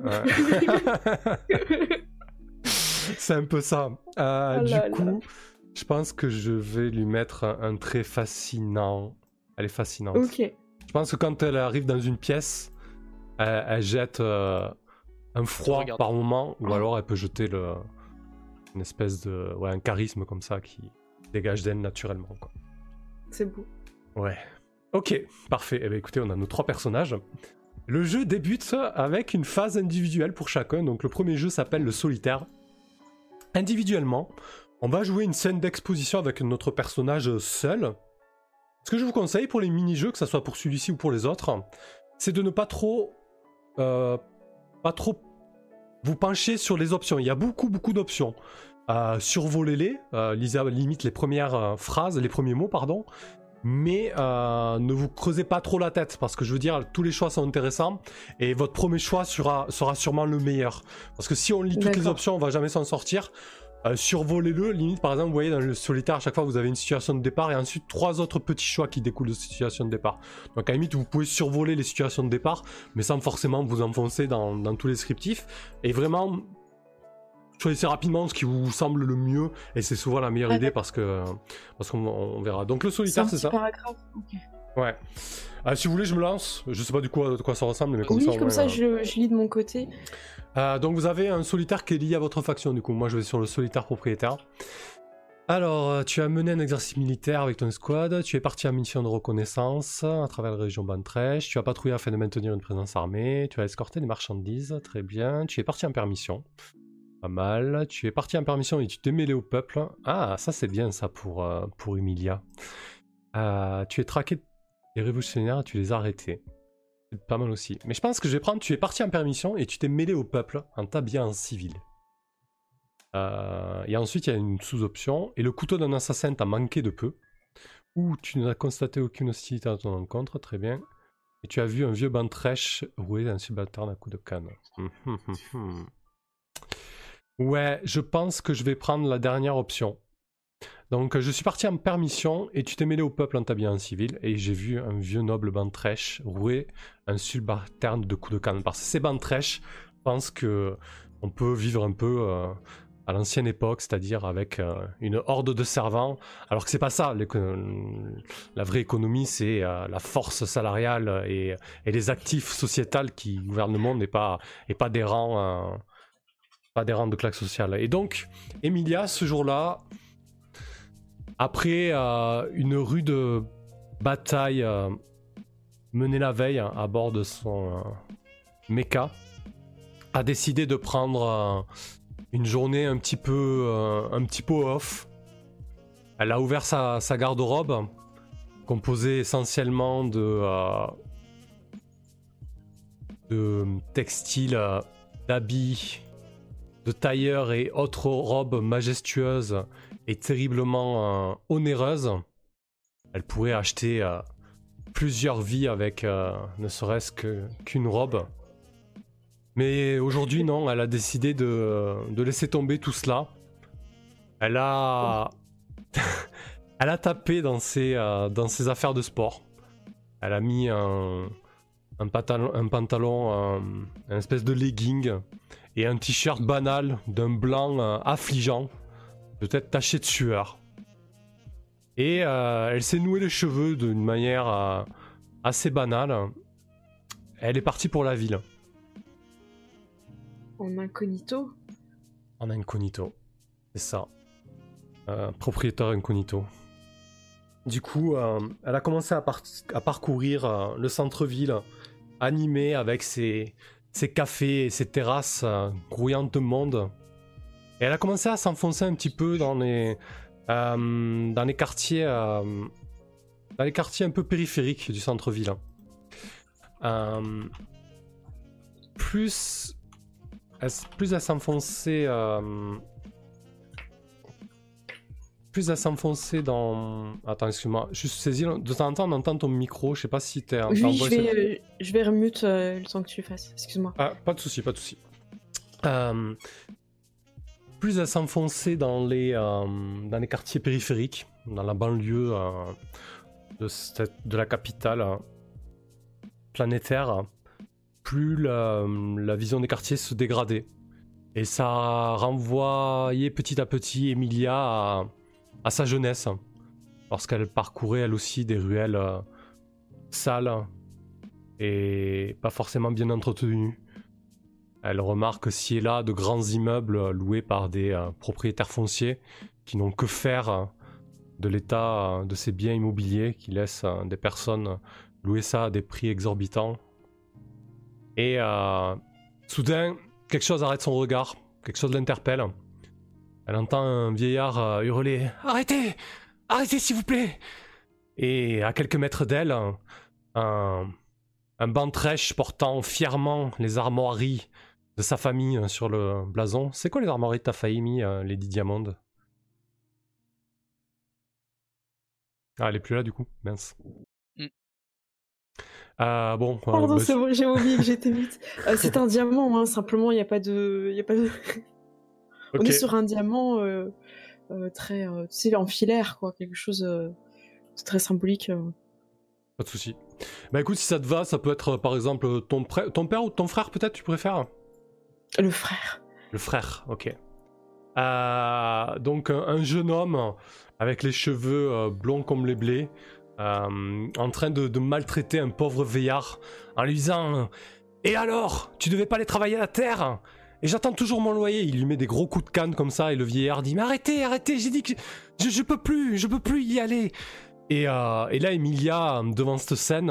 C'est un peu ça. Du coup, je pense que je vais lui mettre un trait fascinant. Elle est fascinante. Ok. Je pense que quand elle arrive dans une pièce, elle jette un froid par moment, ou alors elle peut jeter une espèce de... Ouais, un charisme comme ça qui dégage d'elle naturellement, quoi. C'est beau. Ouais. Ok, parfait. Eh bien, écoutez, on a nos 3 personnages. Le jeu débute avec une phase individuelle pour chacun. Donc le premier jeu s'appelle le solitaire. Individuellement, on va jouer une scène d'exposition avec notre personnage seul. Ce que je vous conseille pour les mini-jeux, que ce soit pour celui-ci ou pour les autres, c'est de ne pas trop vous pencher sur les options. Il y a beaucoup d'options. Survolez-les, lisez à la limite les premières phrases, les premiers mots, pardon. Mais ne vous creusez pas trop la tête, parce que je veux dire, tous les choix sont intéressants et votre premier choix sera sûrement le meilleur. Parce que si on lit toutes les options, on va jamais s'en sortir. Survolez-le, limite par exemple, vous voyez dans le solitaire, à chaque fois vous avez une situation de départ et ensuite 3 autres petits choix qui découlent de cette situation de départ. Donc à la limite, vous pouvez survoler les situations de départ, mais sans forcément vous enfoncer dans tous les descriptifs. Et vraiment, choisissez rapidement ce qui vous semble le mieux, et c'est souvent la meilleure idée parce qu'on verra. Donc le solitaire, c'est ça. Paragraphe. Okay. Ouais. Si vous voulez, je me lance. Je sais pas de quoi ça ressemble, mais comme oui, ça. Comme ça, je lis de mon côté. Donc vous avez un solitaire qui est lié à votre faction. Du coup, moi, je vais sur le solitaire propriétaire. Alors, tu as mené un exercice militaire avec ton escouade. Tu es parti en mission de reconnaissance à travers la région Bantrèche. Tu as patrouillé afin de maintenir une présence armée. Tu as escorté des marchandises. Très bien. Tu es parti en permission. Pas mal. Tu es parti en permission et tu t'es mêlé au peuple. Ah, ça c'est bien ça pour Emilia. Tu es traqué des révolutionnaires et tu les as arrêtés. C'est pas mal aussi. Mais je pense que je vais prendre, tu es parti en permission et tu t'es mêlé au peuple en t'habillant en civil. Et ensuite il y a une sous-option. Et le couteau d'un assassin t'a manqué de peu. Ou tu n'as constaté aucune hostilité à ton encontre. Très bien. Et tu as vu un vieux Bantrèche roué d'un subalterne à coups de canne. Ouais, je pense que je vais prendre la dernière option. Donc je suis parti en permission et tu t'es mêlé au peuple en t'habillant en civil et j'ai vu un vieux noble Bantrèche rouer un subalterne de coups de canne. Parce que ces Bantrèches pensent que on peut vivre un peu à l'ancienne époque, c'est-à-dire avec une horde de servants, alors que c'est pas ça. La vraie économie, c'est la force salariale et les actifs sociétals qui gouvernent le monde et pas des rangs... pas des rangs de claque sociale. Et donc, Emilia, ce jour-là, après une rude bataille menée la veille à bord de son mecha, a décidé de prendre une journée un petit peu off. Elle a ouvert sa garde-robe, composée essentiellement de textiles, d'habits, de tailleurs et autres robes majestueuses et terriblement onéreuses. Elle pourrait acheter plusieurs vies avec ne serait-ce qu'une robe. Mais aujourd'hui, non, elle a décidé de laisser tomber tout cela. Elle a tapé dans ses affaires de sport. Elle a mis un pantalon, une espèce de legging et un t-shirt banal d'un blanc affligeant, peut-être taché de sueur. Et elle s'est noué les cheveux d'une manière assez banale. Elle est partie pour la ville. En incognito. En incognito, c'est ça. Propriétaire incognito. Du coup, elle a commencé à parcourir le centre-ville, animé avec ses cafés et ses terrasses grouillantes de monde. Et elle a commencé à s'enfoncer un petit peu dans les quartiers un peu périphériques du centre-ville. Plus elle s'enfonçait dans... Attends, excuse-moi. Juste saisis, de temps en temps on entend ton micro, je sais pas si t'es... Oui, je vais remute le temps que tu fasses, excuse-moi. Ah, pas de souci. Plus elle s'enfonçait dans les quartiers périphériques, dans la banlieue de la capitale planétaire, plus la vision des quartiers se dégradait. Et ça renvoyait petit à petit Emilia à sa jeunesse, lorsqu'elle parcourait elle aussi des ruelles sales et pas forcément bien entretenues. Elle remarque ci et là de grands immeubles loués par des propriétaires fonciers qui n'ont que faire de l'état de ces biens immobiliers, qui laissent des personnes louer ça à des prix exorbitants. Et soudain, quelque chose arrête son regard, quelque chose l'interpelle. Elle entend un vieillard hurler « Arrêtez! Arrêtez s'il vous plaît !» Et à quelques mètres d'elle, un bantrèche portant fièrement les armoiries de sa famille sur le blason. C'est quoi les armoiries de ta famille, Lady Diamond? Ah, elle est plus là du coup, mince. Bon. Pardon, c'est bon, j'ai oublié que j'étais vite. C'est un diamant, hein, simplement, il n'y a pas de... Okay. On est sur un diamant très... tu sais, en filaire, quoi, quelque chose de très symbolique. Pas de souci. Bah écoute, si ça te va, ça peut être par exemple ton père ou ton frère peut-être, tu préfères? Le frère. Le frère, ok. Donc un jeune homme avec les cheveux blonds comme les blés, en train de maltraiter un pauvre vieillard en lui disant « Et alors, tu devais pas aller travailler à la terre ? Et j'attends toujours mon loyer !» Il lui met des gros coups de canne comme ça et le vieillard dit « Mais arrêtez, j'ai dit que je peux plus y aller !» Et là, Emilia, devant cette scène,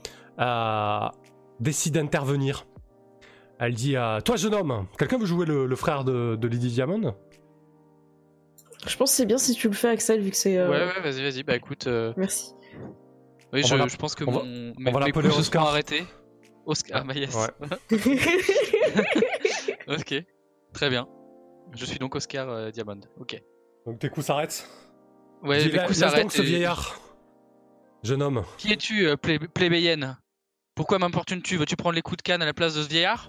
décide d'intervenir. Elle dit « Toi, jeune homme, quelqu'un veut jouer le frère de Lady Diamond ?» Je pense que c'est bien si tu le fais, Axel, vu que c'est... Ouais, vas-y, bah écoute... Merci. Oui, je pense que mes coups se seront arrêtés. Oscar, ah bah yes. Ouais. Ok, très bien. Je suis donc Oscar Diamond, ok. Donc tes coups s'arrêtent? Ouais, mes coups s'arrêtent. Donc ce vieillard, jeune homme. Qui es-tu, plébéienne? Pourquoi m'importunes-tu? Veux-tu prendre les coups de canne à la place de ce vieillard?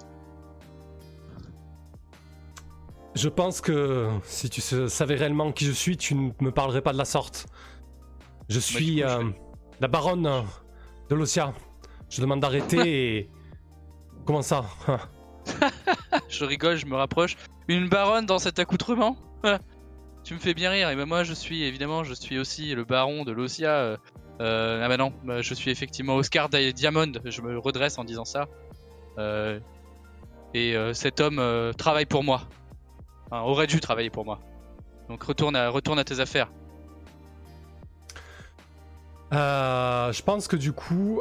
Je pense que si tu savais réellement qui je suis, tu ne me parlerais pas de la sorte. Je suis la baronne de Losia. Je demande d'arrêter et... Comment ça? Je rigole, je me rapproche. Une baronne dans cet accoutrement? Tu me fais bien rire. Et ben moi, je suis aussi le baron de Losia. Ah bah non, je suis effectivement Oscar Diamond. Je me redresse en disant ça. Et cet homme travaille pour moi. Enfin, aurait dû travailler pour moi. Donc retourne à tes affaires. Je pense que du coup,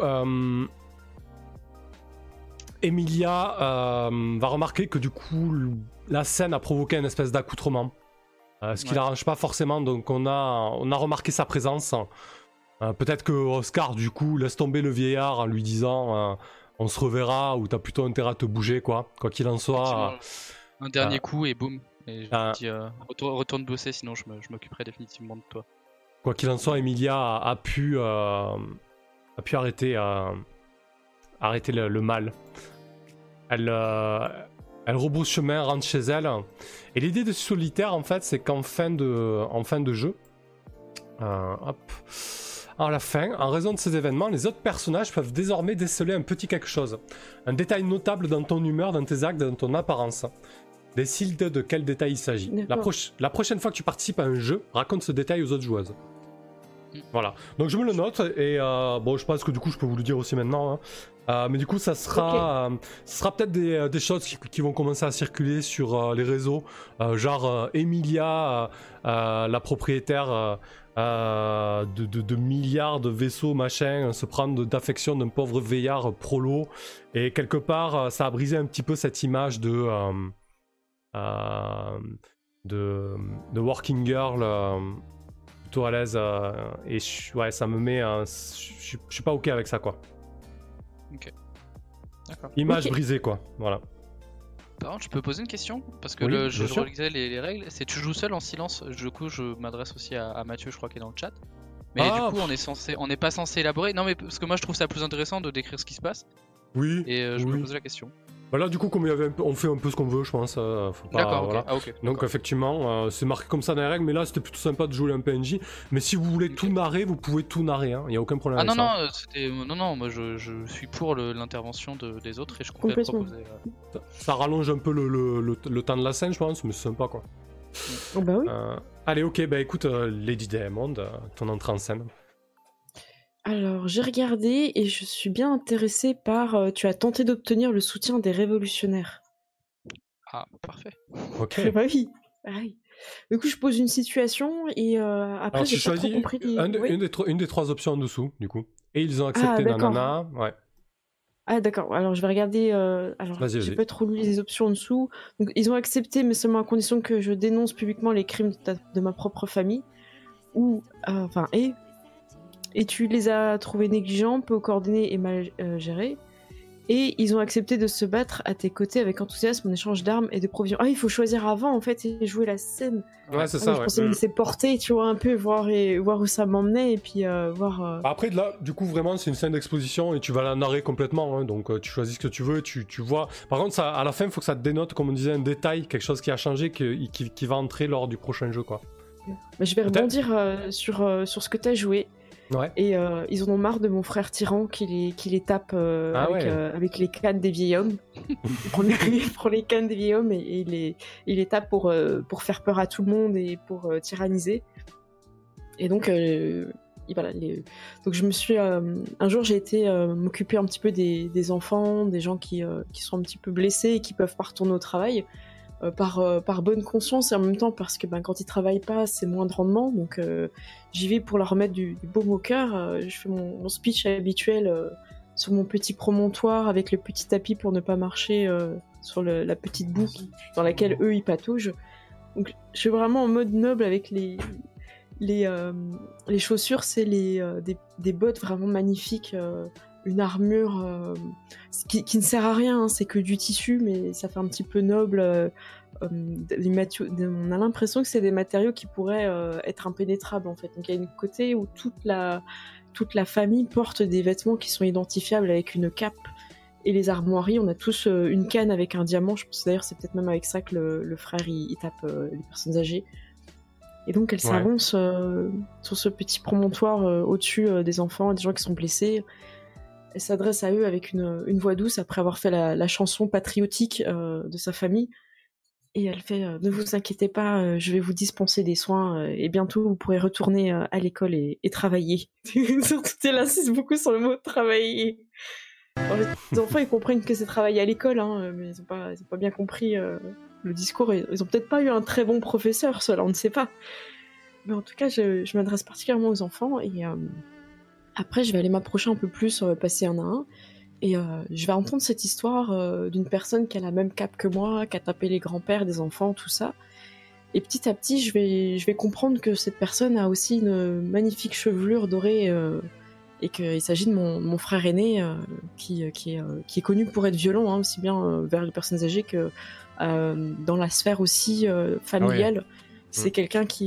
Emilia va remarquer que du coup, la scène a provoqué une espèce d'accoutrement. Ce qui l'arrange pas forcément, donc on a remarqué sa présence. Peut-être que Oscar, du coup, laisse tomber le vieillard en lui disant on se reverra, ou t'as plutôt intérêt à te bouger, quoi qu'il en soit. Un dernier coup et boum. Et je te dis, retourne bosser, sinon je m'occuperai définitivement de toi. Quoi qu'il en soit, Emilia a pu arrêter le mal. Elle rebrousse chemin, rentre chez elle. Et l'idée de Solitaire, en fait, c'est qu'en fin de jeu, à la fin, en raison de ces événements, les autres personnages peuvent désormais déceler un petit quelque chose. Un détail notable dans ton humeur, dans tes actes, dans ton apparence. Décide de quel détail il s'agit. La prochaine fois que tu participes à un jeu, raconte ce détail aux autres joueuses. Voilà. Donc je me le note et bon, je pense que du coup je peux vous le dire aussi maintenant. Mais du coup, ça sera peut-être des choses qui vont commencer à circuler sur les réseaux, genre Emilia, la propriétaire de milliards de vaisseaux, machin, se prendre d'affection d'un pauvre veillard prolo. Et quelque part, ça a brisé un petit peu cette image de working girl plutôt à l'aise. Et ça me met. Je suis pas ok avec ça, quoi. Ok. D'accord. Image brisée, quoi. Voilà. Par contre, je peux poser une question? Parce que je relisais les règles. C'est tu joues seul en silence. Du coup, je m'adresse aussi à Mathieu, je crois qu'il est dans le chat. Mais du coup, on n'est pas censé élaborer. Non, mais parce que moi, je trouve ça plus intéressant de décrire ce qui se passe. Oui. Et je me posais la question. Voilà, du coup, comme on fait un peu ce qu'on veut, je pense. D'accord, voilà. ok. Ah, okay. Donc, effectivement, c'est marqué comme ça dans les règles, mais là, c'était plutôt sympa de jouer un PNJ. Mais si vous voulez tout narrer, vous pouvez tout narrer, il n'y a aucun problème avec ça. Non, moi je suis pour l'intervention des autres et je comptais proposer. Ça rallonge un peu le temps de la scène, je pense, mais c'est sympa, quoi. Oh bah oui. Allez, ok, bah écoute, Lady Diamond, ton entrée en scène. Alors, j'ai regardé et je suis bien intéressée par... tu as tenté d'obtenir le soutien des révolutionnaires. Ah, parfait. Ok. Bah oui. Du coup, je pose une situation et après, alors, j'ai pas trop compris... une des trois options en dessous, du coup. Et ils ont accepté nanana. Ouais. Ah, d'accord. Alors, je vais regarder... j'ai pas trop lu les options en dessous. Donc, ils ont accepté, mais seulement à condition que je dénonce publiquement les crimes de ma propre famille. Et tu les as trouvés négligents, peu coordonnés et mal gérés. Et ils ont accepté de se battre à tes côtés avec enthousiasme en échange d'armes et de provisions. Ah, il faut choisir avant, en fait, et jouer la scène. Ouais, c'est ça, je pensais me laisser porter, tu vois, un peu, voir où ça m'emmenait, et puis voir... Après, là, du coup, vraiment, c'est une scène d'exposition, et tu vas la narrer complètement, hein, donc tu choisis ce que tu veux, tu vois... Par contre, à la fin, il faut que ça te dénote, comme on disait, un détail, quelque chose qui a changé, qui va entrer lors du prochain jeu, quoi. Mais je vais rebondir sur ce que t'as joué. Ouais. Et ils en ont marre de mon frère tyran qui les tape avec les cannes des vieils hommes. Il prend les cannes des vieils hommes et il les tape pour faire peur à tout le monde et pour tyranniser. Et donc, donc je me suis... un jour, j'ai été m'occuper un petit peu des enfants, des gens qui sont un petit peu blessés et qui peuvent pas retourner au travail. Par bonne conscience et en même temps parce que quand ils travaillent pas, c'est moins de rendement. Donc j'y vais pour leur remettre du baume au cœur. Je fais mon speech habituel sur mon petit promontoire avec le petit tapis pour ne pas marcher sur la petite boue dans laquelle eux ils pataugent. Donc je suis vraiment en mode noble avec les chaussures, c'est des bottes vraiment magnifiques. Une armure qui ne sert à rien, hein, c'est que du tissu, mais ça fait un petit peu noble. On a l'impression que c'est des matériaux qui pourraient être impénétrables, en fait. Donc il y a une côté où toute la famille porte des vêtements qui sont identifiables avec une cape. Et les armoiries, on a tous une canne avec un diamant. Je pense d'ailleurs c'est peut-être même avec ça que le frère il tape les personnes âgées. Et donc elle s'avance sur ce petit promontoire au-dessus des enfants et des gens qui sont blessés. Elle s'adresse à eux avec une voix douce après avoir fait la chanson patriotique de sa famille. Et elle fait « Ne vous inquiétez pas, je vais vous dispenser des soins et bientôt vous pourrez retourner à l'école et travailler. » Surtout, elle insiste beaucoup sur le mot « travailler ». Les enfants, ils comprennent que c'est travailler à l'école, hein, mais ils ont pas bien compris le discours. Ils ont peut-être pas eu un très bon professeur, cela, on ne sait pas. Mais en tout cas, je m'adresse particulièrement aux enfants et Après, je vais aller m'approcher un peu plus, passer un à un, et je vais entendre cette histoire d'une personne qui a la même cape que moi, qui a tapé les grands-pères des enfants, tout ça. Et petit à petit, je vais comprendre que cette personne a aussi une magnifique chevelure dorée, et qu'il s'agit de mon frère aîné, qui est connu pour être violent, hein, aussi bien vers les personnes âgées que dans la sphère aussi familiale. C'est quelqu'un qui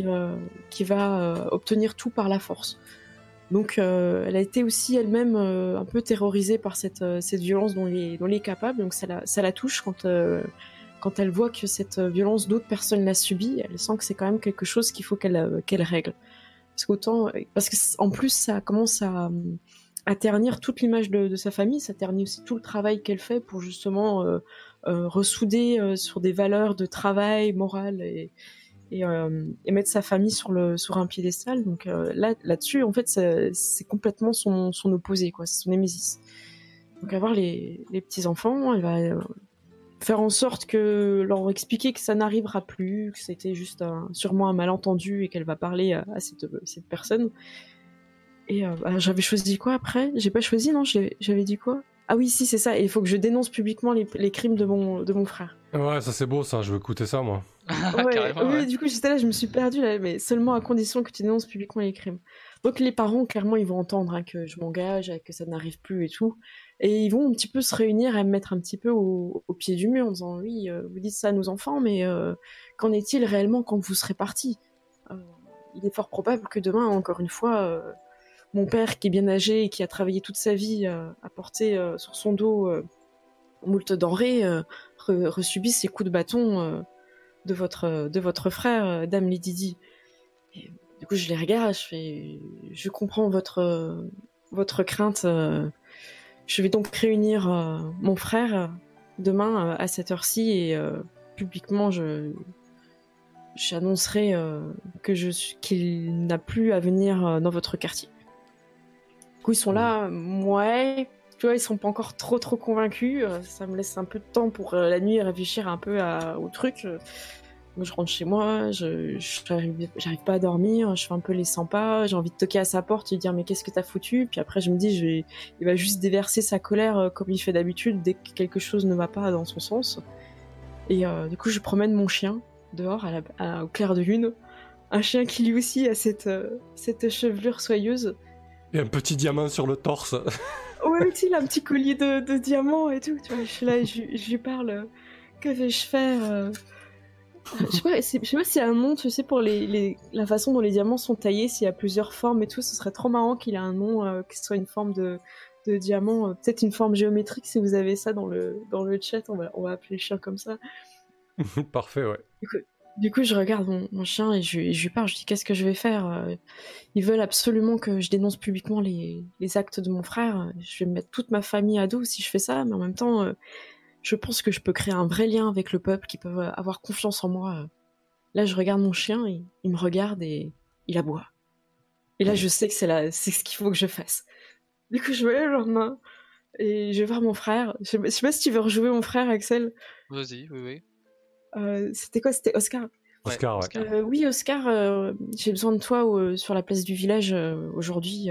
va obtenir tout par la force. Donc elle a été aussi elle-même un peu terrorisée par cette violence dont elle est capable, donc ça la touche quand elle voit que cette violence d'autres personnes l'a subie. Elle sent que c'est quand même quelque chose qu'il faut qu'elle règle. Parce qu'en plus ça commence à ternir toute l'image de sa famille, ça ternit aussi tout le travail qu'elle fait pour justement ressouder sur des valeurs de travail, morale et mettre sa famille sur un piédestal. Donc là-dessus, en fait, c'est complètement son opposé, quoi. C'est son némésis. Donc avoir les petits-enfants, elle va faire en sorte que leur expliquer que ça n'arrivera plus, que c'était juste sûrement un malentendu et qu'elle va parler à cette personne. Et j'avais choisi quoi après? J'ai pas choisi, non? J'avais dit quoi? Ah oui, si, c'est ça. Et il faut que je dénonce publiquement les crimes de mon frère. Ouais, ça c'est beau, ça. Je veux écouter ça, moi. Ouais, Carrément, oui, ouais. du coup, j'étais là, je me suis perdue, là, mais seulement à condition que tu dénonces publiquement les crimes. Donc les parents, clairement, ils vont entendre hein, que je m'engage, que ça n'arrive plus et tout. Et ils vont un petit peu se réunir et me mettre un petit peu au pied du mur en disant oui, vous dites ça à nos enfants, mais qu'en est-il réellement quand vous serez partis? Il est fort probable que demain, encore une fois, mon père, qui est bien âgé et qui a travaillé toute sa vie à porter sur son dos moult denrées, resubisse ces coups de bâton de votre frère, Dame Lady Di. Et, du coup, je les regarde, je comprends votre crainte. Je vais donc réunir mon frère demain à cette heure-ci et publiquement, j'annoncerai qu'il n'a plus à venir dans votre quartier. Du coup, ils sont là, ouais, tu vois, ils sont pas encore trop convaincus. Ça me laisse un peu de temps pour la nuit réfléchir un peu au truc. Moi, je rentre chez moi, j'arrive pas à dormir, je fais un peu les 100 pas, j'ai envie de toquer à sa porte et lui dire mais qu'est-ce que t'as foutu? Puis après je me dis il va juste déverser sa colère comme il fait d'habitude dès que quelque chose ne va pas dans son sens. Et du coup je promène mon chien dehors au clair de lune, un chien qui lui aussi a cette chevelure soyeuse. Et un petit diamant sur le torse. Ouais, tu sais, il a un petit collier de diamants et tout, tu vois, je suis là et je lui parle, que vais-je faire je sais pas s'il y a un nom, tu sais, pour la façon dont les diamants sont taillés, s'il y a plusieurs formes et tout, ce serait trop marrant qu'il ait un nom, que ce soit une forme de diamant, peut-être une forme géométrique, si vous avez ça dans le chat, on va appeler le chien comme ça. Parfait, ouais. Du coup, je regarde mon chien et je lui parle, je dis qu'est-ce que je vais faire? Ils veulent absolument que je dénonce publiquement les actes de mon frère, je vais me mettre toute ma famille à dos si je fais ça, mais en même temps... je pense que je peux créer un vrai lien avec le peuple, qui peut avoir confiance en moi. Là, je regarde mon chien, il me regarde et il aboie. Et là, je sais que c'est ce qu'il faut que je fasse. Du coup, je me lève le lendemain et je vais voir mon frère. Je sais pas si tu veux rejouer mon frère, Axel. Vas-y, oui. C'était quoi? C'était Oscar. Oscar, ouais. Oui, Oscar, j'ai besoin de toi sur la place du village aujourd'hui.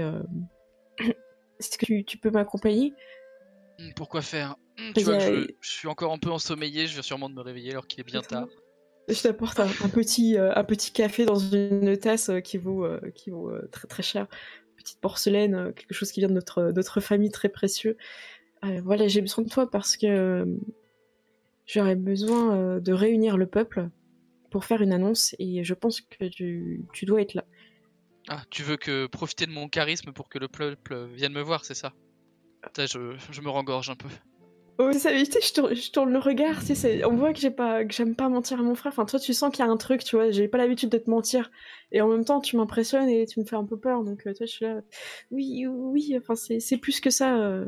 Est-ce que tu peux m'accompagner? Pourquoi faire? Tu vois que je suis encore un peu ensommeillé, je viens sûrement de me réveiller alors qu'il est bien tard. Je t'apporte un petit café dans une tasse qui vaut très très cher. Petite porcelaine, quelque chose qui vient de notre famille, très précieux. Voilà, j'ai besoin de toi parce que j'aurais besoin de réunir le peuple pour faire une annonce et je pense que tu dois être là. Ah, tu veux que profiter de mon charisme pour que le peuple vienne me voir, c'est ça? Putain, je me rengorge un peu. Oh, ça, tu sais, je tourne le regard, tu sais, on voit que j'aime pas mentir à mon frère. Enfin, toi, tu sens qu'il y a un truc, tu vois. J'ai pas l'habitude de te mentir, et en même temps, tu m'impressionnes et tu me fais un peu peur. Donc, toi, je suis là. Oui. Enfin, c'est plus que ça.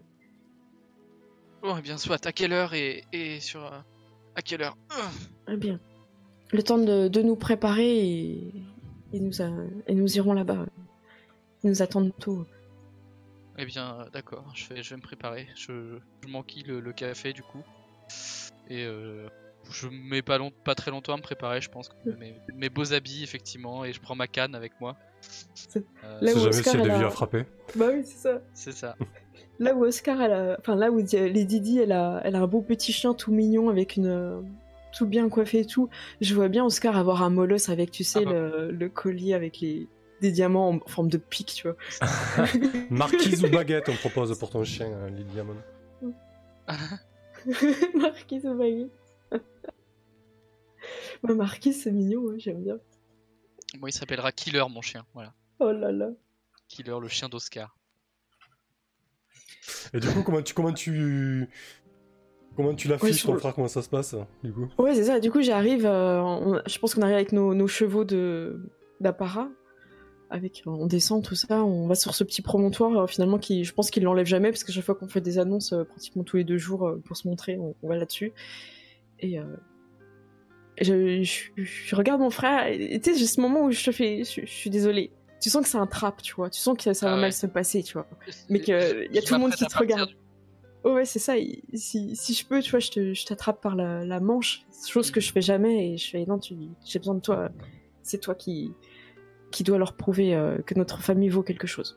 Bon, eh bien, soit. À quelle heure et sur à quelle heure? Eh bien, le temps de nous préparer et nous irons là-bas. Ils nous attendent tôt. Eh bien, d'accord. Je vais me préparer. Je m'enquille le café du coup. Et je mets pas très longtemps à me préparer, je pense. Mes beaux habits, effectivement, et je prends ma canne avec moi. Là C'est où jamais Oscar, si elle elle a a- vu à frapper. Bah oui, c'est ça. C'est ça. Là où Oscar, enfin là où Lady Di, elle a un beau petit chien tout mignon avec tout bien coiffé et tout. Je vois bien Oscar avoir un molosse avec, tu sais, Ah le collier avec des diamants en forme de pique, tu vois. Marquise ou baguette, on propose pour ton chien, Lily Diamond. Marquise ou baguette. Bah, Marquise, c'est mignon, ouais, j'aime bien. Moi, il s'appellera Killer, mon chien. Voilà. Oh là là. Killer, le chien d'Oscar. Et du coup, comment tu l'affiches, sur ton le- frère, comment ça se passe, du coup? Ouais, c'est ça. Du coup, j'arrive. Je pense qu'on arrive avec nos chevaux d'apparat. On descend, tout ça. On va sur ce petit promontoire, finalement, je pense qu'il l'enlève jamais, parce que chaque fois qu'on fait des annonces, pratiquement tous les 2 jours, pour se montrer, on va là-dessus. Et je regarde mon frère, et tu sais, j'ai ce moment où je suis désolée. Tu sens que c'est un trap, tu vois. Tu sens que ça va Ah ouais. mal se passer, tu vois. Mais qu'il y a tout le monde qui te regarde. Oh ouais, c'est ça. Si je peux, tu vois, je t'attrape par la manche, chose que je fais jamais, et je fais non, j'ai besoin de toi. C'est toi qui doit leur prouver que notre famille vaut quelque chose.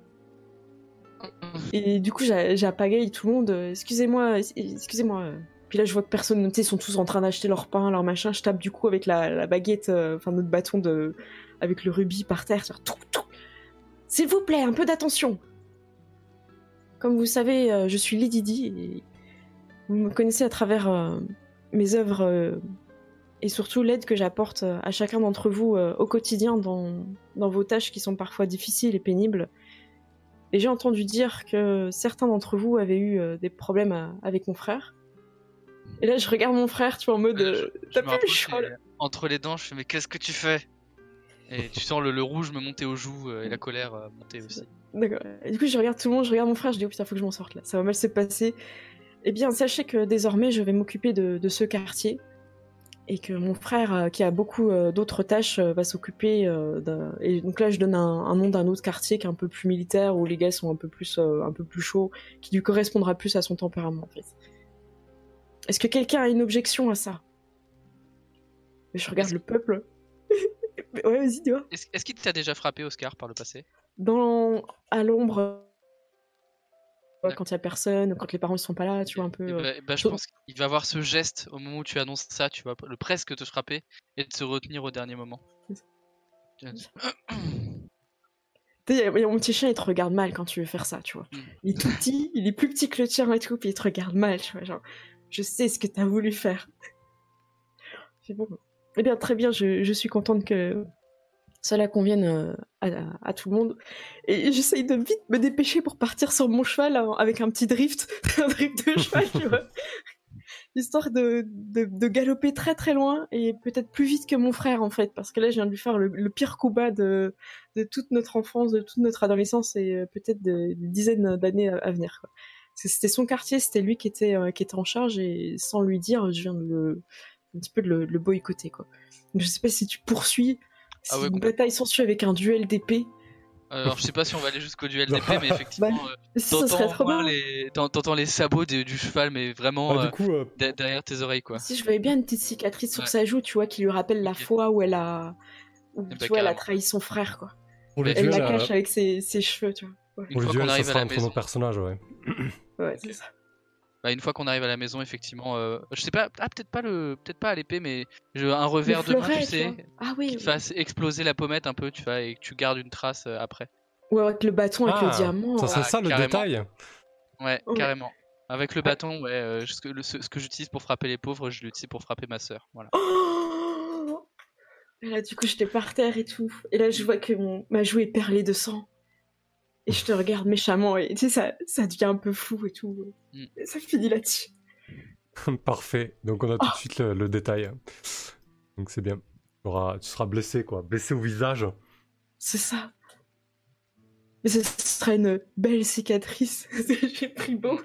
Et du coup, j'appagaille tout le monde. Excusez-moi. Puis là, je vois que personne, tu sais, ils sont tous en train d'acheter leur pain, leur machin. Je tape du coup avec la baguette, enfin notre bâton avec le rubis par terre. Genre, tout. S'il vous plaît, un peu d'attention. Comme vous savez, je suis Lady Di et vous me connaissez à travers mes œuvres et surtout l'aide que j'apporte à chacun d'entre vous au quotidien dans vos tâches qui sont parfois difficiles et pénibles. Et j'ai entendu dire que certains d'entre vous avaient eu des problèmes avec mon frère. Et là, je regarde mon frère, tu vois, en mode Je t'as me plus le rapproche, choix, là. et entre les dents, je fais mais qu'est-ce que tu fais? Et tu sens le rouge me monter aux joues et la colère monter aussi. D'accord. Et du coup, je regarde tout le monde, je regarde mon frère, je dis oh putain, faut que je m'en sorte là, ça va mal se passer. Eh bien, sachez que désormais, je vais m'occuper de ce quartier. Et que mon frère, qui a beaucoup d'autres tâches, va s'occuper Et donc là, je donne un nom d'un autre quartier qui est un peu plus militaire, où les gars sont un peu plus chauds, qui lui correspondra plus à son tempérament, en fait. Est-ce que quelqu'un a une objection à ça? Je regarde le peuple. Ouais, vas-y, dis-moi. Est-ce qu'il t'a déjà frappé, Oscar, par le passé? À l'ombre, quand il y a personne, quand les parents ne sont pas là, tu vois, un peu... Je pense qu'il va avoir ce geste au moment où tu annonces ça, tu vas le presque te frapper et de se retenir au dernier moment. Tu sais, mon petit chien, il te regarde mal quand tu veux faire ça, tu vois. Il est tout petit, il est plus petit que le tien et tout, puis il te regarde mal, tu vois, genre, je sais ce que t'as voulu faire. C'est bon. Eh bien, très bien, je suis contente que cela convienne à tout le monde. Et j'essaye de vite me dépêcher pour partir sur mon cheval avec un petit drift, un drift de cheval, tu vois. Histoire de galoper très très loin et peut-être plus vite que mon frère en fait, parce que là je viens de lui faire le pire coup bas de toute notre enfance, de toute notre adolescence et peut-être des dizaines d'années à venir, quoi. Parce que c'était son quartier, c'était lui qui était en charge et sans lui dire, je viens de un petit peu de le boycotter, quoi. Donc, je sais pas si tu poursuis, si une bataille s'ensuit avec un duel d'épée. Alors je sais pas si on va aller jusqu'au duel d'épée, mais effectivement, ça serait trop bien. t'entends les sabots du cheval, mais vraiment du coup, derrière tes oreilles, quoi. Si je voyais bien une petite cicatrice sur sa joue, tu vois, qui lui rappelle la fois où elle a, elle a trahi son frère, quoi. Elle la cache avec ses cheveux, tu vois. Ouais. Pour le duel, ça sera entre nos personnages, ouais. Ouais, c'est ça. Bah, une fois qu'on arrive à la maison, effectivement, je sais pas, peut-être pas à l'épée, mais un revers de main, tu sais, qui te fasse exploser la pommette un peu, tu vois, et que tu gardes une trace après. Ouais, avec le bâton, avec le diamant. Ça serait ça le détail. Ouais, carrément. Avec le bâton, ouais, ce que j'utilise pour frapper les pauvres, je l'utilise pour frapper ma sœur, voilà. Oh, et là, du coup, j'étais par terre et tout, et là, je vois que ma joue est perlée de sang. Et je te regarde méchamment, et tu sais, ça devient un peu fou et tout. Et ça finit là-dessus. Parfait, donc on a tout de suite le détail. Donc c'est bien. Tu seras blessé, quoi. Blessé au visage. C'est ça. Mais ce sera une belle cicatrice. J'ai pris beau.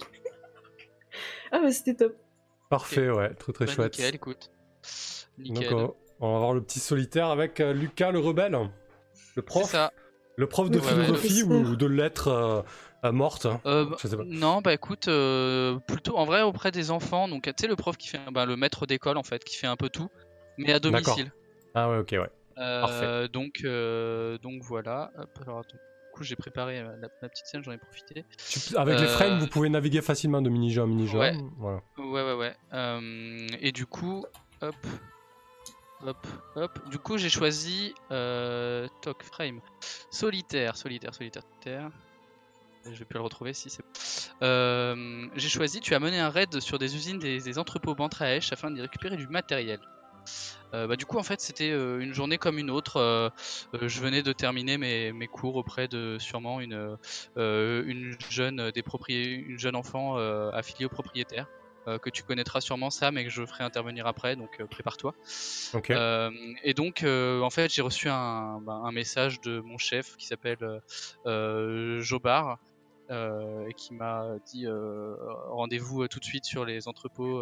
Ah bah c'était top. Parfait, ouais, très chouette. Nickel, écoute. Nickel. Donc on va voir le petit solitaire avec Lucas le rebelle. Le prof. C'est ça. Le prof de philosophie ou de lettres mortes, je sais pas. Non, bah écoute, plutôt en vrai auprès des enfants. Donc tu sais le prof qui fait le maître d'école en fait, qui fait un peu tout, mais à domicile. Ah ouais, ok, ouais. Parfait. Donc voilà. Hop, alors attends. Du coup, j'ai préparé ma petite scène, j'en ai profité. Avec les frames, vous pouvez naviguer facilement de mini-jeu en mini-jeu. Ouais. Voilà. Ouais. Et du coup, hop. Du coup, j'ai choisi Talk Frame solitaire. Je vais plus le retrouver si c'est. J'ai choisi. Tu as mené un raid sur des usines des entrepôts Bantraesh afin d'y récupérer du matériel. Du coup, en fait, c'était une journée comme une autre. Je venais de terminer mes cours auprès de sûrement une jeune une jeune enfant affiliée au propriétaire. Que tu connaîtras sûrement, Sam, et que je ferai intervenir après, donc prépare-toi. Ok. Et donc, en fait, j'ai reçu un message de mon chef qui s'appelle Jobar, et qui m'a dit rendez-vous tout de suite sur les entrepôts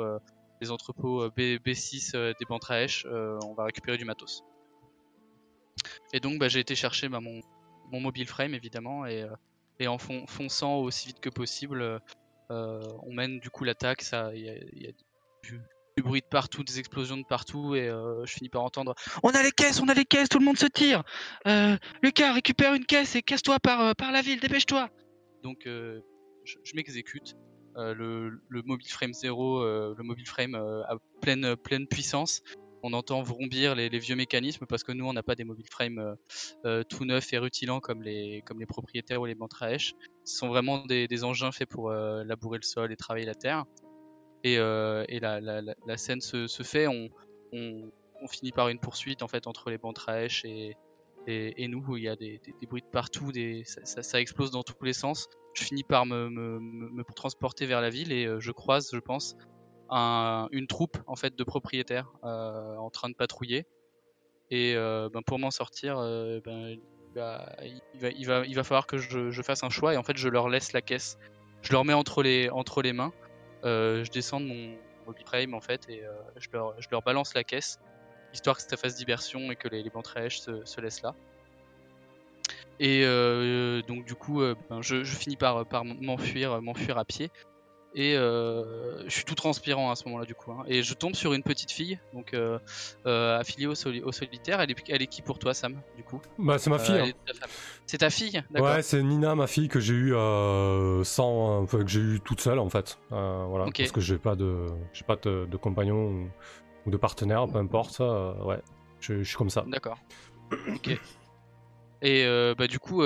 B6 des Bantraesh, on va récupérer du matos. Et donc, j'ai été chercher mon mobile frame, évidemment, et en fonçant aussi vite que possible, on mène du coup l'attaque. Il y a du bruit de partout, des explosions de partout, et je finis par entendre on a les caisses, tout le monde se tire. Lucas, récupère une caisse et casse-toi par la ville, dépêche-toi. Donc je m'exécute. Le mobile frame 0, le mobile frame à pleine puissance. On entend vrombir les vieux mécanismes parce que nous on n'a pas des mobile frames tout neufs et rutilants comme les propriétaires ou les Bantraesh. Ce sont vraiment des engins faits pour labourer le sol et travailler la terre. Et la scène se fait. On finit par une poursuite en fait entre les Bantraesh et nous, où il y a des bruits de partout, ça explose dans tous les sens. Je finis par me transporter vers la ville et je croise, je pense, une troupe en fait de propriétaires en train de patrouiller. Et pour m'en sortir, il va falloir que je fasse un choix, et en fait je leur laisse la caisse. Je leur mets entre les mains. Je descends de mon mobile frame en fait, et je leur balance la caisse, histoire que ça fasse diversion et que les Bantraesh se laissent là. Et donc du coup, je finis par m'enfuir à pied. Et je suis tout transpirant à ce moment-là du coup, hein. Et je tombe sur une petite fille, donc affiliée au solitaire. Elle est qui pour toi, Sam, du coup? C'est ma fille. C'est ta fille, d'accord. Ouais, c'est Nina, ma fille, que j'ai eu que j'ai eu toute seule en fait. Voilà, okay. Parce que j'ai pas de compagnon ou de partenaire, peu importe. Ouais, je suis comme ça. D'accord. Ok. Et du coup,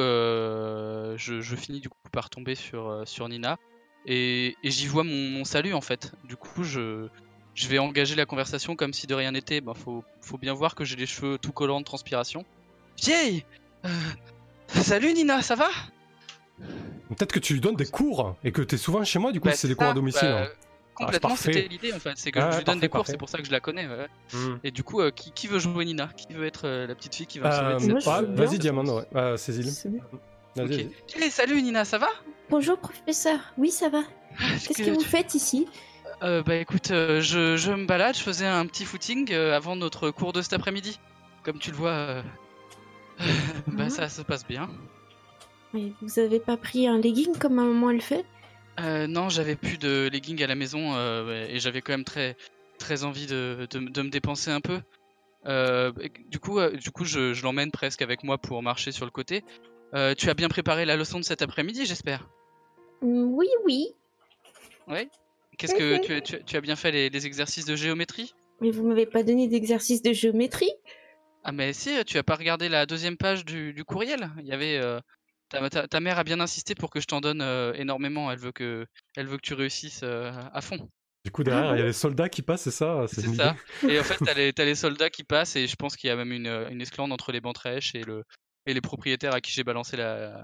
je finis du coup par tomber sur Nina. Et j'y vois mon salut en fait. Du coup, je vais engager la conversation comme si de rien n'était. Faut bien voir que j'ai les cheveux tout collants de transpiration. Vieille, salut Nina, ça va? Peut-être que tu lui donnes des cours et que t'es souvent chez moi. Du coup, c'est des cours à domicile. Complètement, c'était l'idée en fait. C'est que je lui donne des cours, c'est pour ça que je la connais. Ouais. Et du coup, qui veut jouer Nina? Qui veut être la petite fille qui va me sauver de cette... Vas-y, Diamant, ouais. Cécile. Okay. Hey, salut Nina, ça va? Bonjour professeur, oui ça va. Qu'est-ce que vous faites ici? Écoute, je me balade, je faisais un petit footing avant notre cours de cet après-midi. Comme tu le vois, ça se passe bien. Mais vous avez pas pris un legging comme ma maman le fait? Non, j'avais plus de legging à la maison et j'avais quand même très, très envie de me dépenser un peu. Du coup, je l'emmène presque avec moi pour marcher sur le côté. Tu as bien préparé la leçon de cet après-midi, j'espère? Oui. Ouais. Qu'est-ce que tu as bien fait les exercices de géométrie? Mais vous m'avez pas donné d'exercice de géométrie? Ah mais si, tu as pas regardé la deuxième page du courriel? Il y avait ta mère a bien insisté pour que je t'en donne énormément. Elle veut que tu réussisses à fond. Du coup, derrière, il y a les soldats qui passent, c'est ça? C'est ça. Et en fait, t'as les soldats qui passent, et je pense qu'il y a même une esclandre entre les Bantraesh et les propriétaires à qui j'ai balancé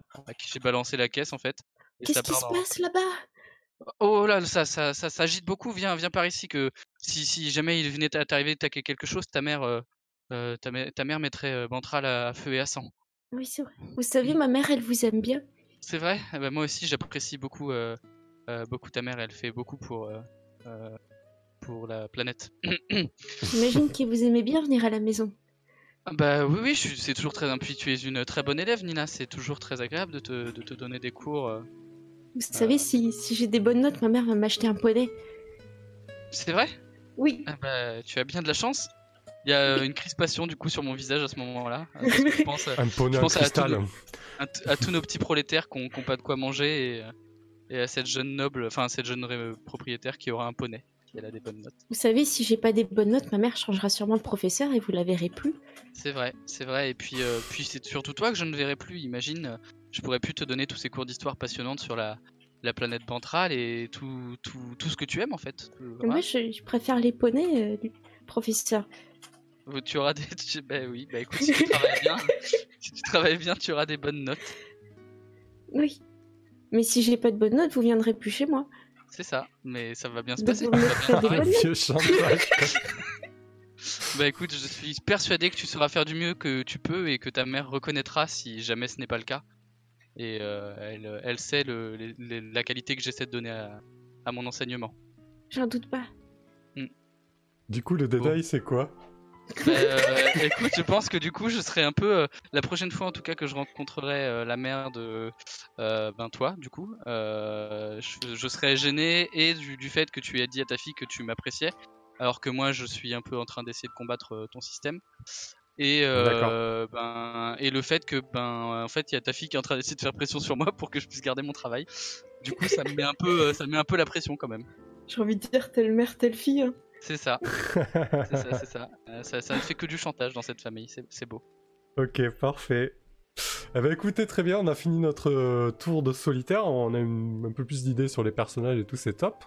la caisse en fait. Qu'est-ce qui se passe là-bas? Oh là, ça s'agite beaucoup. Viens par ici, que si jamais il venait t'arriver d'attaquer quelque chose, ta mère mettrait Bantral à feu et à sang. Oui, c'est vrai. Vous savez, ma mère, elle vous aime bien. C'est vrai? Moi aussi, j'apprécie beaucoup ta mère. Elle fait beaucoup pour la planète. J'imagine que vous aimez bien venir à la maison. Oui, c'est toujours très... Puis tu es une très bonne élève, Nina. C'est toujours très agréable de te donner des cours. Vous savez, si j'ai des bonnes notes, ma mère va m'acheter un poney. C'est vrai? Oui. Tu as bien de la chance. Il y a une crispation du coup sur mon visage à ce moment-là. Parce que je pense, Un poney je en pense cristal. à tous nos petits prolétaires qui ont pas de quoi manger et à cette jeune propriétaire qui aura un poney, qui elle a des bonnes notes. Vous savez, si j'ai pas des bonnes notes, ma mère changera sûrement de professeur et vous la verrez plus. C'est vrai. Et puis c'est surtout toi que je ne verrai plus. Imagine, je pourrais plus te donner tous ces cours d'histoire passionnantes sur la planète Bantral et tout ce que tu aimes en fait. Voilà. Moi, je préfère les poneys, professeur. Tu auras des. Bah oui, bah écoute, si tu travailles bien, tu auras des bonnes notes. Oui. Mais si j'ai pas de bonnes notes, vous viendrez plus chez moi. C'est ça, mais ça va bien se Donc passer. vous tu me vas bien ferez des travailler. bonnes notes. Vieux chantage. Bah écoute, je suis persuadé que tu sauras faire du mieux que tu peux et que ta mère reconnaîtra si jamais ce n'est pas le cas. Et elle sait la qualité que j'essaie de donner à mon enseignement. J'en doute pas. Du coup, le détail, c'est quoi? Écoute, je pense que du coup, je serai un peu la prochaine fois en tout cas que je rencontrerai la mère de toi, du coup, je serai gêné et du fait que tu aies dit à ta fille que tu m'appréciais, alors que moi, je suis un peu en train d'essayer de combattre ton système. Et et le fait que en fait, il y a ta fille qui est en train d'essayer de faire pression sur moi pour que je puisse garder mon travail. Du coup, ça me met un peu la pression quand même. J'ai envie de dire telle mère, telle fille. Hein. C'est ça. C'est ça. Ça ne fait que du chantage dans cette famille, c'est beau. Ok, parfait. Eh ben écoutez, très bien, on a fini notre tour de solitaire, on a un peu plus d'idées sur les personnages et tout, c'est top.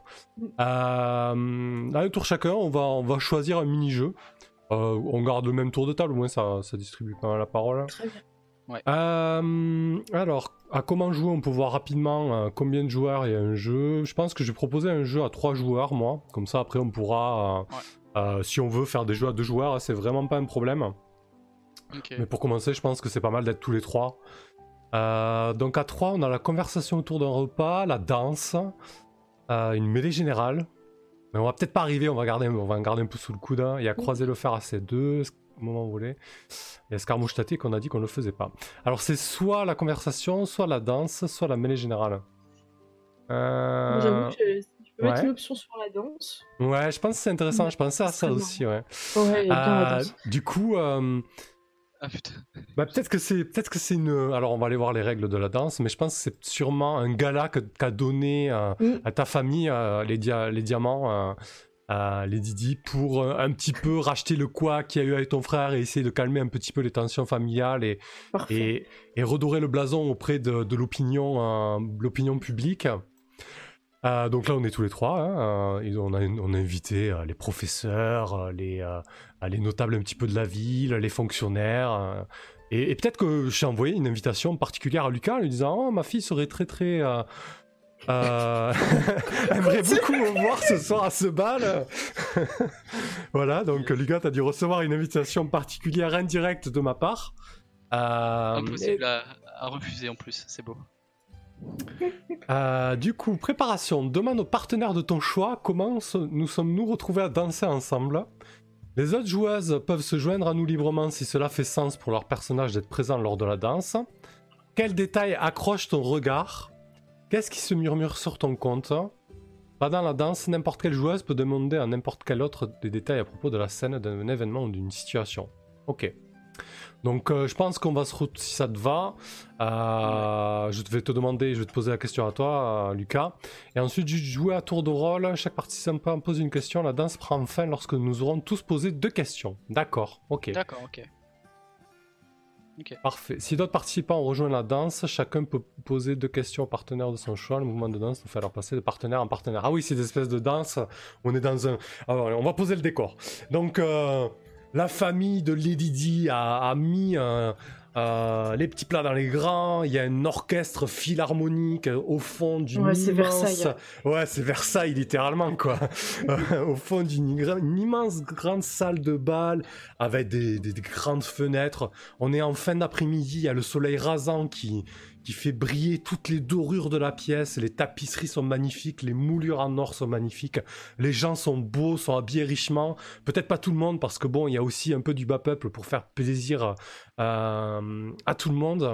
À un tour chacun, on va choisir un mini-jeu. On garde le même tour de table, au moins ça distribue pas mal la parole. Très bien. Ouais. Alors, à comment jouer, on peut voir rapidement combien de joueurs il y a un jeu. Je pense que je vais proposer un jeu à 3 joueurs, moi. Comme ça, après, on pourra, si on veut, faire des jeux à 2 joueurs. C'est vraiment pas un problème. Okay. Mais pour commencer, je pense que c'est pas mal d'être tous les 3. Donc à 3, on a la conversation autour d'un repas, la danse, une mêlée générale. Mais on va peut-être pas arriver, on va garder un peu sous le coude. Hein. Il y a croiser le fer à C2, moment volé. Il y a escarmouche tactique, on a dit qu'on ne le faisait pas. Alors c'est soit la conversation, soit la danse, soit la mêlée générale. J'avoue que je peux mettre une option sur la danse. Ouais, je pense que c'est intéressant, je pensais à ça aussi. Ouais, ouais bien la danse. Du coup... Ah putain. Bah, peut-être que c'est une... Alors on va aller voir les règles de la danse, mais je pense que c'est sûrement un gala qu'a donné à ta famille les diamants, les Didi, pour un petit peu racheter le quoi qu'il y a eu avec ton frère et essayer de calmer un petit peu les tensions familiales et redorer le blason auprès de l'opinion publique. Donc là on est tous les 3, hein, on a invité les professeurs, les notables un petit peu de la ville, les fonctionnaires, et peut-être que j'ai envoyé une invitation particulière à Lucas en lui disant « Oh, ma fille serait très... aimerait beaucoup me voir ce soir à ce bal. » Voilà, donc Lucas, t'as dû recevoir une invitation particulière indirecte de ma part. Impossible à refuser en plus, c'est beau. Du coup, préparation. Demande aux partenaires de ton choix comment nous sommes-nous retrouvés à danser ensemble. Les autres joueuses peuvent se joindre à nous librement si cela fait sens pour leur personnage d'être présent lors de la danse. Quel détail accroche ton regard? Qu'est-ce qui se murmure sur ton compte? Pendant la danse, n'importe quelle joueuse peut demander à n'importe quel autre des détails à propos de la scène, d'un événement ou d'une situation. Ok. Donc je pense qu'on va se retrouver, si ça te va, je vais te demander, je vais te poser la question à toi, Lucas, et ensuite jouer à tour de rôle, chaque participant pose une question, la danse prend fin lorsque nous aurons tous posé 2 questions. D'accord, ok. D'accord, ok. Parfait. Si d'autres participants ont rejoint la danse, chacun peut poser 2 questions au partenaire de son choix. Le mouvement de danse nous fait alors passer de partenaire en partenaire. Ah oui, c'est des espèces de danse, on est dans un... Alors, on va poser le décor. Donc... La famille de Lady Di a mis les petits plats dans les grands. Il y a un orchestre philharmonique au fond d'une immense... c'est Versailles. Ouais, c'est Versailles, littéralement, quoi. Au fond d'une immense grande salle de bal avec des grandes fenêtres. On est en fin d'après-midi, il y a le soleil rasant qui fait briller toutes les dorures de la pièce, les tapisseries sont magnifiques, les moulures en or sont magnifiques, les gens sont beaux, sont habillés richement, peut-être pas tout le monde parce que bon, il y a aussi un peu du bas peuple pour faire plaisir à tout le monde.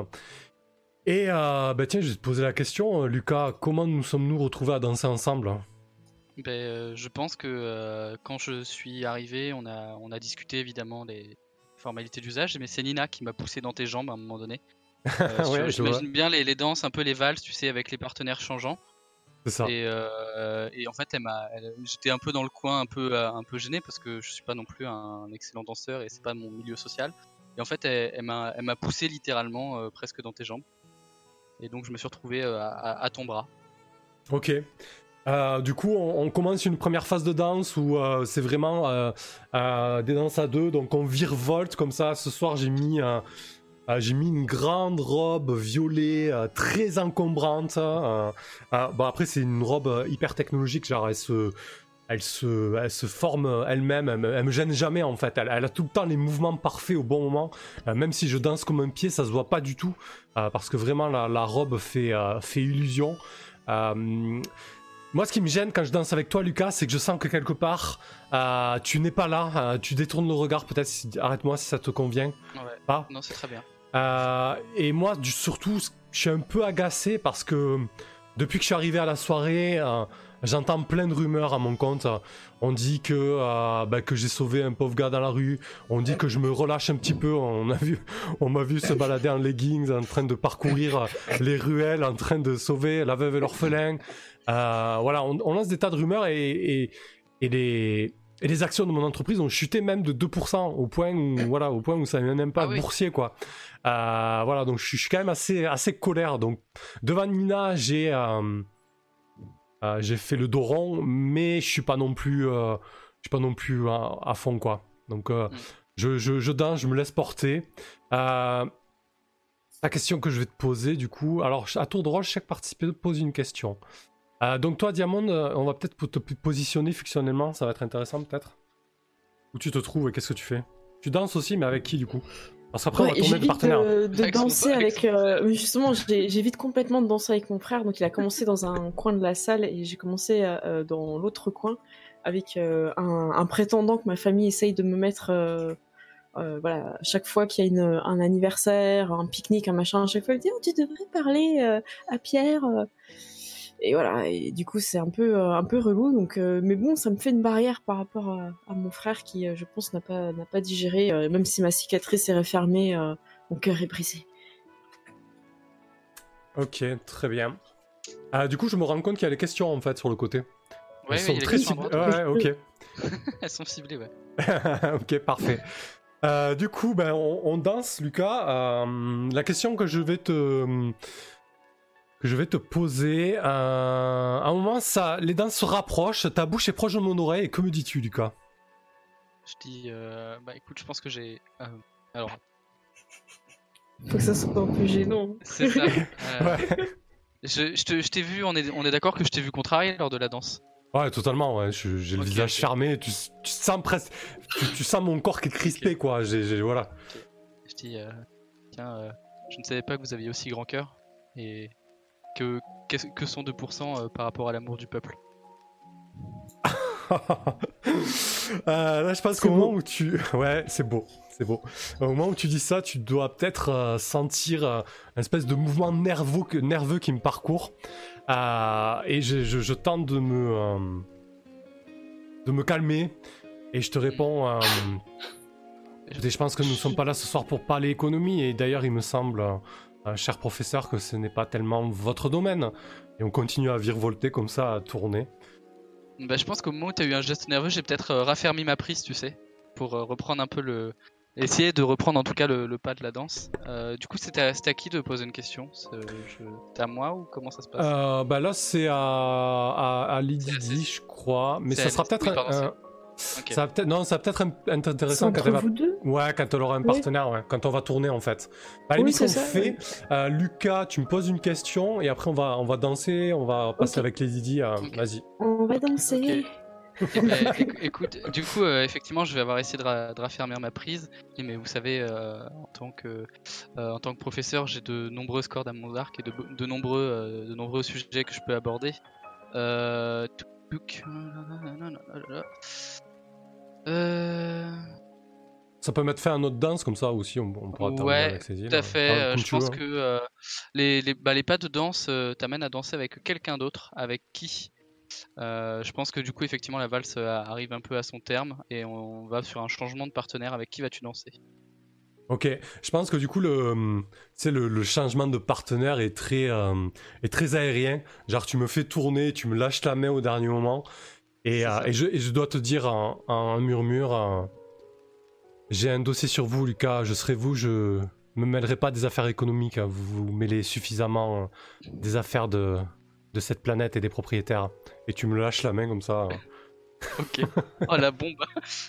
Et tiens, je vais te poser la question, Lucas, comment nous sommes-nous retrouvés à danser ensemble? Je pense que quand je suis arrivé, on a discuté évidemment des formalités d'usage, mais c'est Nina qui m'a poussé dans tes jambes à un moment donné. Ouais, je vois. J'imagine bien les danses, un peu les valses, tu sais, avec les partenaires changeants. C'est ça. Et en fait, j'étais un peu dans le coin, un peu gêné parce que je suis pas non plus un excellent danseur et c'est pas mon milieu social. Et en fait, elle m'a poussé littéralement presque dans tes jambes. Et donc, je me suis retrouvé à ton bras. Ok. Du coup, on commence une première phase de danse où c'est vraiment des danses à deux, donc on virevolte comme ça. Ce soir, j'ai mis une grande robe violet très encombrante. Bon, après, c'est une robe hyper technologique, genre elle se forme elle-même, elle me gêne jamais en fait. Elle a tout le temps les mouvements parfaits au bon moment. Même si je danse comme un pied, ça se voit pas du tout parce que vraiment la robe fait illusion. Moi, ce qui me gêne quand je danse avec toi, Lucas, c'est que je sens que quelque part, tu n'es pas là. Tu détournes le regard, peut-être. Arrête-moi si ça te convient. Ouais. Pas. Non, c'est très bien. Et moi, surtout, je suis un peu agacé parce que depuis que je suis arrivé à la soirée, j'entends plein de rumeurs à mon compte. On dit que j'ai sauvé un pauvre gars dans la rue. On dit que je me relâche un petit peu. On m'a vu se balader en leggings, en train de parcourir les ruelles, en train de sauver la veuve et l'orphelin. Voilà, on lance des tas de rumeurs et les actions de mon entreprise ont chuté même de 2% au point où ça n'est même pas boursier quoi. Voilà, donc je suis quand même assez colère. Donc devant Nina, j'ai fait le dos rond, mais je suis pas non plus à fond quoi. Donc je danse, je me laisse porter. La question que je vais te poser du coup, alors à tour de rôle, chaque participant pose une question. Donc toi, Diamond, on va peut-être te positionner fictionnellement, ça va être intéressant peut-être. Où tu te trouves et qu'est-ce que tu fais? Tu danses aussi, mais avec qui du coup? Parce qu'après on va tourner de partenaire. De danser avec... justement, j'évite complètement de danser avec mon frère, donc il a commencé dans un coin de la salle et j'ai commencé dans l'autre coin avec un prétendant que ma famille essaye de me mettre... voilà, chaque fois qu'il y a un anniversaire, un pique-nique, un machin, à chaque fois il me dit « Oh, tu devrais parler à Pierre !» Et voilà, et du coup c'est un peu relou, donc mais bon, ça me fait une barrière par rapport à mon frère qui, je pense, n'a pas digéré, même si ma cicatrice est refermée, mon cœur est brisé. Ok, très bien. Du coup, je me rends compte qu'il y a des questions en fait sur le côté. Ouais, elles sont il y a des très questions à ciblées. droite. Ouais, ok. Elles sont ciblées, ouais. Ok, parfait. Du coup, on danse, Lucas. La question que je vais te poser, à un moment, les danses se rapprochent, ta bouche est proche de mon oreille, et que me dis-tu, Lucas? Je dis, écoute, je pense que j'ai... alors... Faut que ça soit un peu gênant. C'est ça. Ouais. Je t'ai vu, on est d'accord que je t'ai vu contrarié lors de la danse. Ouais, totalement, ouais. J'ai le visage fermé, tu sens presque... Tu sens mon corps qui est crispé, quoi. Voilà. Okay. Je dis, tiens, je ne savais pas que vous aviez aussi grand cœur, et... Que sont 2% par rapport à l'amour du peuple? Là, je pense qu'au moment où tu... Ouais, c'est beau. Au moment où tu dis ça, tu dois peut-être sentir une espèce de mouvement nerveux qui me parcourt. Et je tente de me calmer. Et je te réponds... je pense que nous ne sommes pas là ce soir pour parler économie. Et d'ailleurs, il me semble... cher professeur, que ce n'est pas tellement votre domaine. Et on continue à virevolter comme ça, à tourner. Je pense qu'au moment où tu as eu un geste nerveux, j'ai peut-être raffermi ma prise, tu sais, pour reprendre un peu essayer de reprendre en tout cas le pas de la danse. Du coup, c'était à qui de poser une question? C'était à moi ou comment ça se passe? Là, c'est à Lydie, je crois. Mais ça sera peut-être Okay. Ça va peut-être être intéressant quand quand elle aura un partenaire, ouais, quand on va tourner en fait. À la limite, on fait. Lucas, tu me poses une question et après on va danser, on va passer avec les Didi. Vas-y. On va danser. Okay. Écoute, du coup, effectivement, je vais avoir essayé de raffermir ma prise. Mais vous savez, en tant que professeur, j'ai de nombreuses cordes à mon arc et de nombreux sujets que je peux aborder. Ça peut mettre fin à notre danse comme ça aussi, on pourra terminer avec ces îles. Tout à fait. Je pense que les pas de danse t'amènent à danser avec quelqu'un d'autre, avec qui Je pense que du coup, effectivement, la valse arrive un peu à son terme et on va sur un changement de partenaire. Avec qui vas-tu danser? Ok, je pense que du coup tu sais, le changement de partenaire est très aérien. Genre tu me fais tourner, tu me lâches la main au dernier moment et, C'est ça. et je dois te dire en murmure, j'ai un dossier sur vous Lucas, je serai vous, je me mêlerai pas des affaires économiques, hein. Vous vous mêlez suffisamment des affaires de cette planète et des propriétaires. Et tu me lâches la main comme ça. Ok. Oh la bombe.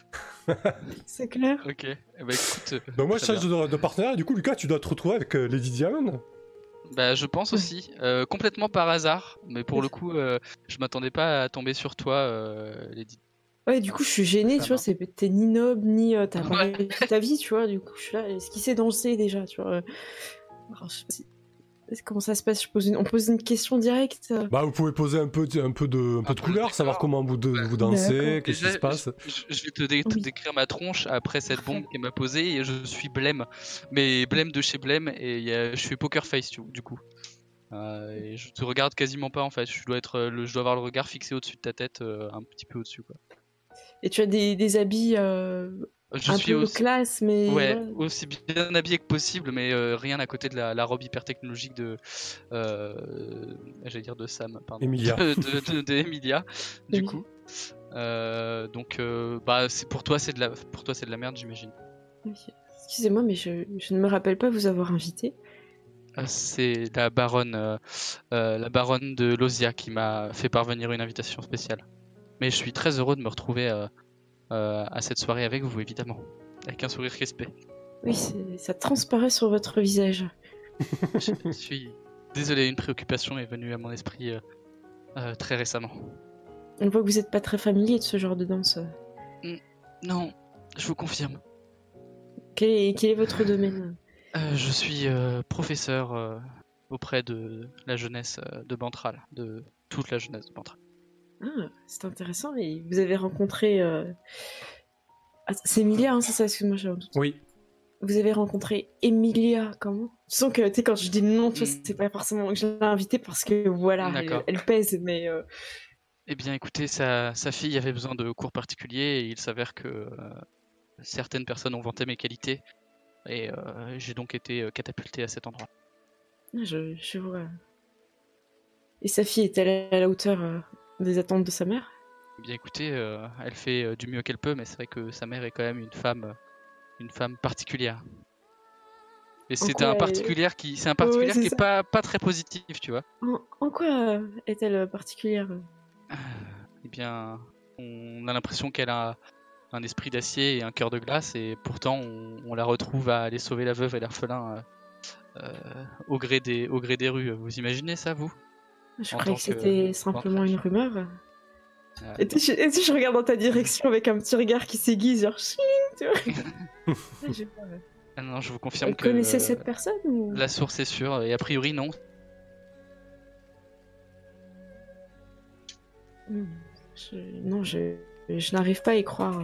C'est clair. Ok. Eh ben, écoute. Donc moi je très change bien. de partenaire et du coup Lucas tu dois te retrouver avec Lady Diamond. Bah, je pense aussi, complètement par hasard, mais pour le coup, je m'attendais pas à tomber sur toi, Lady. Ouais, du coup, je suis gênée, tu vois, t'es ni noble, ni t'as pas Ouais. réussi ta vie, tu vois, du coup, je suis là, est-ce qu'il sait danser déjà, tu vois Alors, je sais pas comment ça se passe, on pose une question directe. Bah vous pouvez poser un peu de couleur, savoir comment vous dansez, D'accord. qu'est-ce qui se passe. Je vais te Oui. décrire ma tronche après cette bombe qu'elle m'a posée et je suis Blême. Mais Blême de chez Blême et je suis poker face du coup. Et je te regarde quasiment pas en fait. Je dois avoir le regard fixé au-dessus de ta tête, un petit peu au-dessus quoi. Et tu as des habits Je un suis peu aussi, classe, mais ouais, voilà. aussi bien habillé que possible, mais rien à côté de la robe hyper technologique de, j'allais dire de Sam, pardon, Emilia. de Emilia, du Oui. coup. Donc, bah, pour toi, c'est de la merde, j'imagine. Oui. Excusez-moi, mais je ne me rappelle pas vous avoir invité. C'est la baronne de Lozia qui m'a fait parvenir une invitation spéciale. Mais je suis très heureux de me retrouver à cette soirée avec vous, évidemment, avec un sourire crispé. Oui, ça transparaît sur votre visage. Je suis désolé, une préoccupation est venue à mon esprit très récemment. On voit que vous n'êtes pas très familier de ce genre de danse. Non, je vous confirme. Quel est votre domaine? Je suis professeur auprès de la jeunesse de Bantral, de toute la jeunesse de Bantral. Ah, c'est intéressant. Et vous avez rencontré... Ah, c'est Emilia, hein, c'est ça, excuse-moi, j'ai un doute. Oui. Vous avez rencontré Emilia, comment? Tu sens que, tu sais, quand je dis non, tu vois, Mm. c'est pas forcément que je l'ai invitée parce que, voilà, D'accord. elle pèse, mais... Eh bien, écoutez, sa fille avait besoin de cours particuliers et il s'avère que certaines personnes ont vanté mes qualités et j'ai donc été catapulté à cet endroit. Je vois. Et sa fille est-elle à la hauteur des attentes de sa mère? Eh bien, écoutez, elle fait du mieux qu'elle peut, mais c'est vrai que sa mère est quand même une femme particulière. Et c'est quoi un elle- particulier qui c'est est ça. pas très positif, tu vois. En quoi est-elle particulière? Eh bien, on a l'impression qu'elle a un esprit d'acier et un cœur de glace, et pourtant on la retrouve à aller sauver la veuve et l'orphelin au gré des rues. Vous imaginez ça, vous? Je En croyais tant que que c'était simplement ventrage. une rumeur. Euh, Et si je regarde dans ta direction avec un petit regard qui s'aiguise, genre ching, tu vois. Ah, j'ai pas- non, je vous confirme Elle que connaissait cette personne ou... la source est sûre, et a priori non. Non, je n'arrive pas à y croire.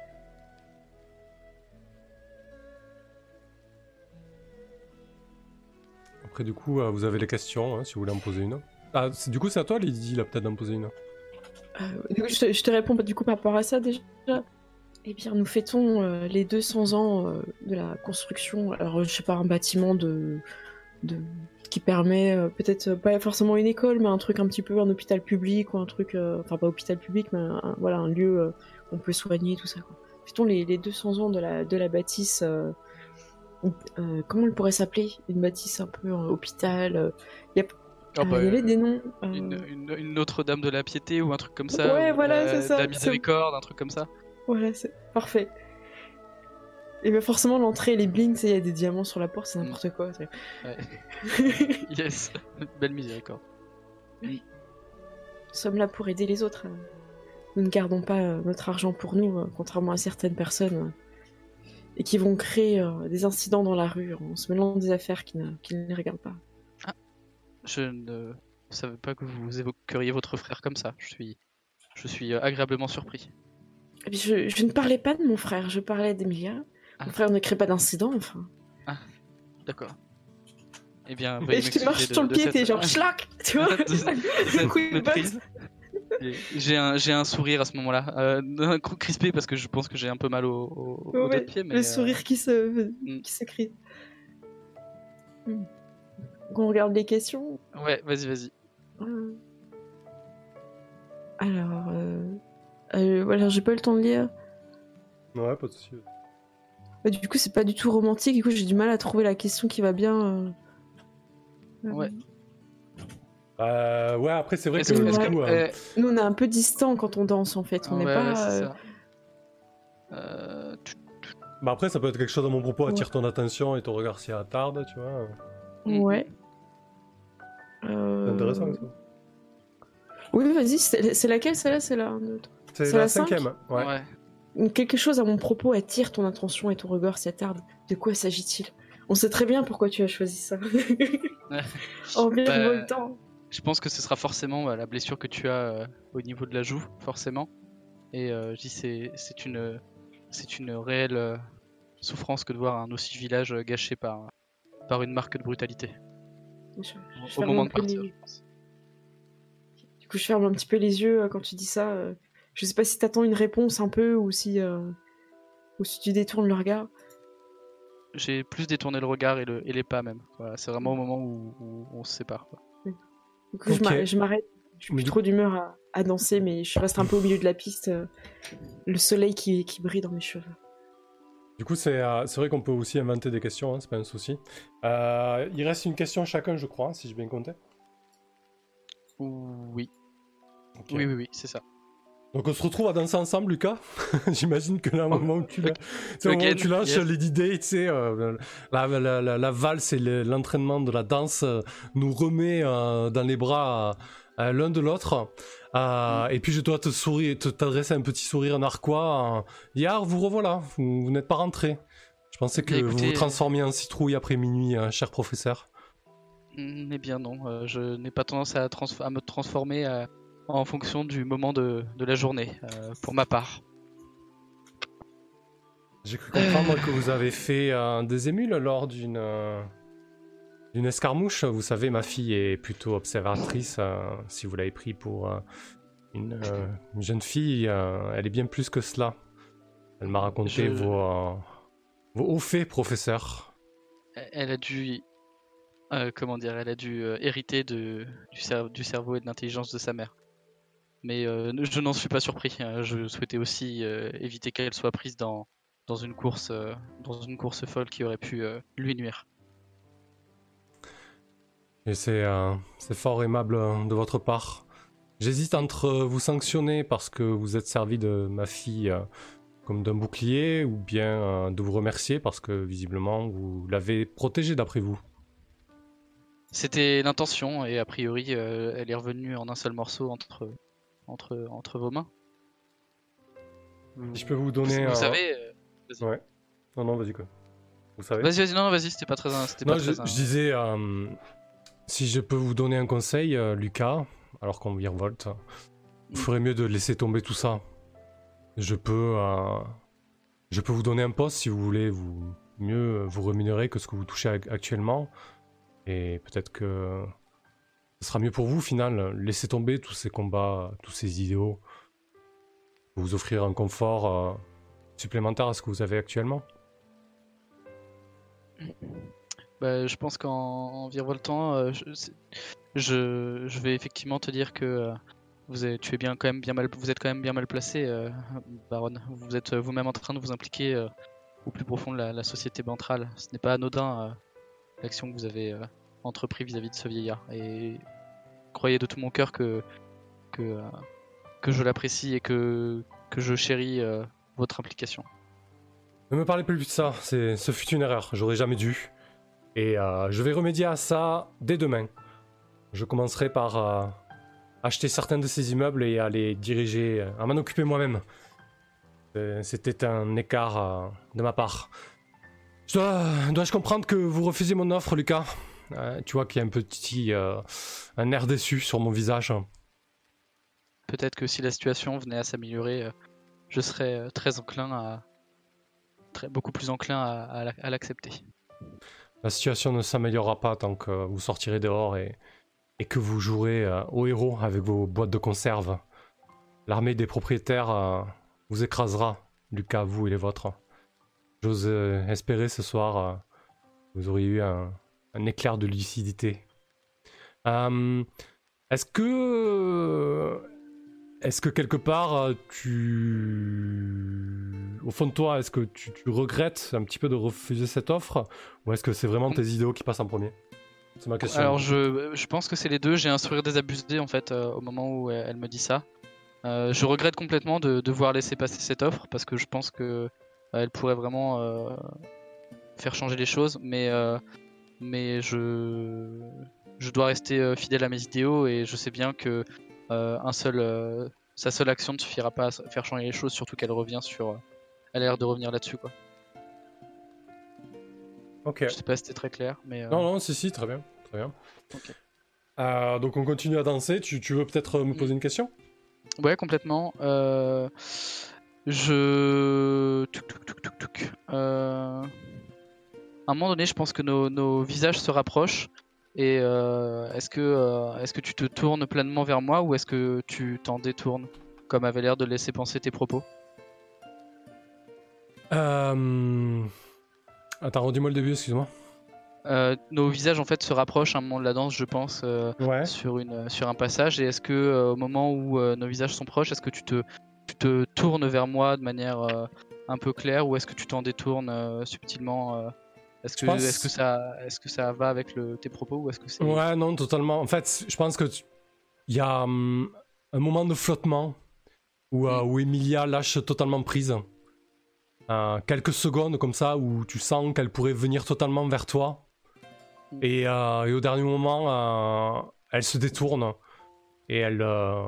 Après du coup vous avez les questions, hein, si vous voulez en poser une. Ah, du coup c'est à toi Lydie, là peut-être d'en poser une. Du coup, je te réponds du coup par rapport à ça déjà. Eh bien, nous fêtons les 200 ans de la construction. Alors, je sais pas, un bâtiment qui permet peut-être pas forcément une école, mais un truc un petit peu un hôpital public ou un truc, enfin pas hôpital public, mais voilà un lieu où on peut soigner tout ça. Quoi. Fêtons les 200 ans de la bâtisse. Comment elle pourrait s'appeler? Une bâtisse un peu hôpital. Il y avait des noms. Une Notre-Dame de la Piété ou un truc comme ça. Ouais, ou voilà, c'est ça. de la Miséricorde, un truc comme ça. Voilà, c'est parfait. Et bien forcément, l'entrée, les blinks, il y a des diamants sur la porte, c'est n'importe quoi. Ouais. Yes, belle Miséricorde. Nous sommes là pour aider les autres. Nous ne gardons pas notre argent pour nous, contrairement à certaines personnes, et qui vont créer des incidents dans la rue en se mêlant des affaires qui ne les regardent pas. Ah, je ne savais pas que vous évoqueriez votre frère comme ça. Je suis agréablement surpris. Et puis je ne parlais pas de mon frère, je parlais d'Emilia. Mon frère ne crée pas d'incident, enfin. Ah, d'accord. Eh bien, Et je te marche sur le pied, t'es genre schlac, tu vois. cette Oui, méprise. J'ai un sourire à ce moment-là. Un coup crispé parce que je pense que j'ai un peu mal au dos de pied. Mais, le sourire qui se crie. On regarde les questions. Ouais, vas-y. Alors, voilà, j'ai pas eu le temps de lire. Ouais, pas de soucis. Du coup, c'est pas du tout romantique. Du coup, j'ai du mal à trouver la question qui va bien. Ouais. Ouais, après, c'est vrai Est-ce que. que- est-ce du que- coup, Nous, on est un peu distants quand on danse, en fait. On n'est ouais, pas. c'est ça. Bah après, ça peut être quelque chose à mon propos, Ouais. attire ton attention et ton regard s'y attarde, tu vois. Ouais. C'est intéressant, ça. Oui, vas-y, c'est laquelle, celle-là? C'est la 1, 2, 3. C'est C'est la la 5? 5ème, ouais. Quelque chose à mon propos attire ton attention et ton regard s'y attarde. De quoi s'agit-il? On sait très bien pourquoi tu as choisi ça. En bien le temps. Je pense que ce sera forcément la blessure que tu as au niveau de la joue, forcément. Et je dis c'est une réelle souffrance que de voir un aussi village gâché par une marque de brutalité. Au moment de partir, je pense. Du coup, je ferme un petit peu les yeux quand tu dis ça. Je sais pas si t'attends une réponse un peu ou si tu détournes le regard. J'ai plus détourné le regard et les pas même. Voilà, c'est vraiment au moment où on se sépare. Quoi. Du coup, je m'arrête. Je suis plus trop d'humeur à danser, mais je reste un peu au milieu de la piste. Le soleil qui brille dans mes cheveux. Du coup, c'est vrai qu'on peut aussi inventer des questions, hein, c'est pas un souci. Il reste une question chacun, je crois, si j'ai bien compté. Oui. Okay. Oui, c'est ça. Donc on se retrouve à danser ensemble, Lucas. J'imagine que là, au moment où tu lâches Lady Day, tu sais, la valse et l'entraînement de la danse nous remet dans les bras l'un de l'autre. Et puis je dois t'adresser un petit sourire narquois. Hier, vous revoilà, vous n'êtes pas rentré. Je pensais que vous vous transformiez en citrouille après minuit, cher professeur. Eh bien non, je n'ai pas tendance à me transformer en fonction du moment de la journée, pour ma part. J'ai cru comprendre que vous avez fait des émules lors d'une escarmouche. Vous savez, ma fille est plutôt observatrice. Si vous l'avez pris pour une jeune fille, elle est bien plus que cela. Elle m'a raconté vos hauts faits, professeur. Elle a dû... elle a dû hériter du cerveau et de l'intelligence de sa mère. Mais je n'en suis pas surpris. Je souhaitais aussi éviter qu'elle soit prise dans une course folle qui aurait pu lui nuire. Et c'est fort aimable de votre part. J'hésite entre vous sanctionner parce que vous êtes servi de ma fille comme d'un bouclier, ou bien de vous remercier parce que visiblement vous l'avez protégée d'après vous. C'était l'intention, et a priori elle est revenue en un seul morceau entre vos mains. Si je peux vous donner... Vous savez... Ouais. Non, vas-y quoi. Vous savez. Vas-y, c'était pas très... je disais, si je peux vous donner un conseil, Lucas, alors qu'on virevolte, vous ferez mieux de laisser tomber tout ça. Je peux vous donner un poste si vous voulez mieux vous rémunérer que ce que vous touchez actuellement. Et peut-être que ce sera mieux pour vous au final. Laissez tomber tous ces combats, tous ces idéaux. Vous offrir un confort supplémentaire à ce que vous avez actuellement. Je pense qu'en virevoltant, je vais effectivement te dire que vous êtes quand même bien mal placé, Baronne. Vous êtes vous-même en train de vous impliquer au plus profond de la société bantrale. Ce n'est pas anodin l'action que vous avez entrepris vis-à-vis de ce vieillard. Et croyez de tout mon cœur que je l'apprécie et que je chéris votre implication. Ne me parlez plus de ça, ce fut une erreur, j'aurais jamais dû. Et je vais remédier à ça dès demain. Je commencerai par acheter certains de ces immeubles et à les diriger, à m'en occuper moi-même. C'était un écart de ma part. Dois-je comprendre que vous refusez mon offre, Lucas? Tu vois qu'il y a un air déçu sur mon visage. Peut-être que si la situation venait à s'améliorer, je serais beaucoup plus enclin à l'accepter. La situation ne s'améliorera pas tant que vous sortirez dehors et que vous jouerez au héros avec vos boîtes de conserve l'armée des propriétaires vous écrasera, Lucas, vous et les vôtres. J'ose espérer ce soir, vous auriez eu un éclair de lucidité. Est-ce que quelque part, au fond de toi, est-ce que tu regrettes un petit peu de refuser cette offre, ou est-ce que c'est vraiment tes idéaux qui passent en premier? C'est ma question. Alors je pense que c'est les deux. J'ai un sourire désabusé en fait au moment où elle me dit ça. Je regrette complètement de devoir laisser passer cette offre parce que je pense que elle pourrait vraiment faire changer les choses, mais je dois rester fidèle à mes idéaux et je sais bien que sa seule action ne suffira pas à faire changer les choses, surtout qu'elle revient sur, elle a l'air de revenir là-dessus quoi. Ok. Je sais pas si c'était très clair, mais Non, si, très bien, très bien. Ok. Donc on continue à danser. Tu veux peut-être me poser une question? Ouais, complètement. À un moment donné, je pense que nos visages se rapprochent. Et est-ce que tu te tournes pleinement vers moi ou est-ce que tu t'en détournes, comme avait l'air de laisser penser tes propos? Attends, redis-moi le début, excuse-moi. Nos visages en fait se rapprochent à un moment de la danse, je pense, Ouais. sur un passage. Et est-ce que au moment où nos visages sont proches, est-ce que tu te tournes vers moi de manière un peu claire ou est-ce que tu t'en détournes subtilement? Est-ce que ça va avec tes propos ou est-ce que c'est... Ouais, non, totalement. En fait, je pense que il y a un moment de flottement où Emilia lâche totalement prise. Quelques secondes comme ça où tu sens qu'elle pourrait venir totalement vers toi. Et au dernier moment, elle se détourne et elle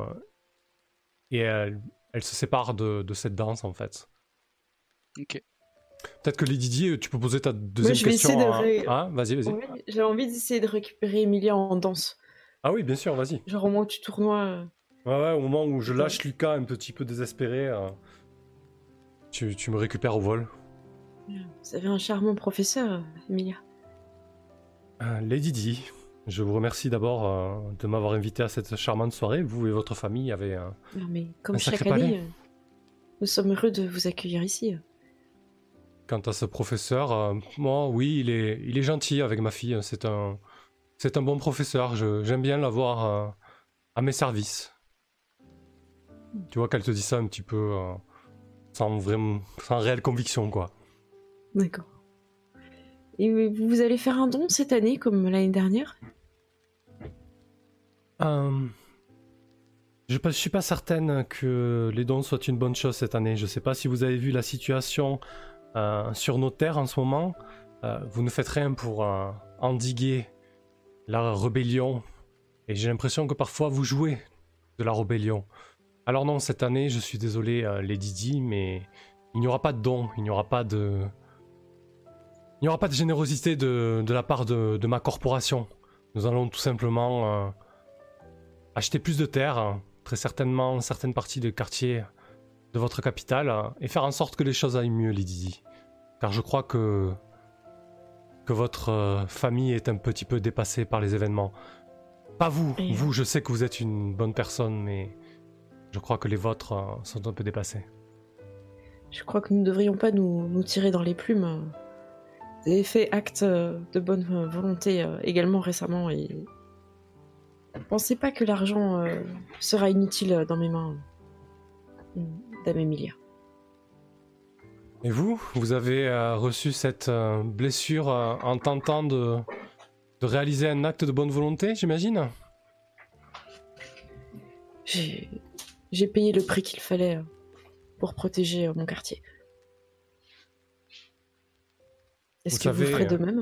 se sépare de cette danse en fait. Ok. Peut-être que Lady Di, tu peux poser ta deuxième je vais question. essayer de Vas-y. Ouais, j'avais envie d'essayer de récupérer Emilia en danse. Ah oui, bien sûr, vas-y. Genre au moment où tu tournoies. Ouais, au moment où je D'accord. lâche Lucas un petit peu désespéré, tu me récupères au vol. Vous avez un charmant professeur, Emilia. Lady Di, je vous remercie d'abord de m'avoir invité à cette charmante soirée. Vous et votre famille avez Non, mais comme un chaque sacré palais. année, nous sommes heureux de vous accueillir ici. Quant à ce professeur, moi, oui, il est gentil avec ma fille. C'est un bon professeur. J'aime bien l'avoir à mes services. Tu vois qu'elle te dit ça un petit peu sans réelle conviction, quoi. D'accord. Et vous allez faire un don cette année comme l'année dernière? Je suis pas certaine que les dons soient une bonne chose cette année. Je sais pas si vous avez vu la situation sur nos terres en ce moment. Vous ne faites rien pour endiguer la rébellion. Et j'ai l'impression que parfois vous jouez de la rébellion. Alors non, cette année, je suis désolé, Lady Di, mais il n'y aura pas de dons, il n'y aura pas de générosité de la part de ma corporation. Nous allons tout simplement acheter plus de terres, très certainement certaines parties des quartiers de votre capitale, et faire en sorte que les choses aillent mieux, Lady Di. Car je crois que votre famille est un petit peu dépassée par les événements. Pas vous, vous, je sais que vous êtes une bonne personne, mais je crois que les vôtres sont un peu dépassés. Je crois que nous ne devrions pas nous tirer dans les plumes. Vous avez fait acte de bonne volonté également récemment et ne pensez pas que l'argent sera inutile dans mes mains, Dame Emilia. Et vous avez reçu cette blessure en tentant de réaliser un acte de bonne volonté, j'imagine? J'ai payé le prix qu'il fallait pour protéger mon quartier. Est-ce que vous ferez de même?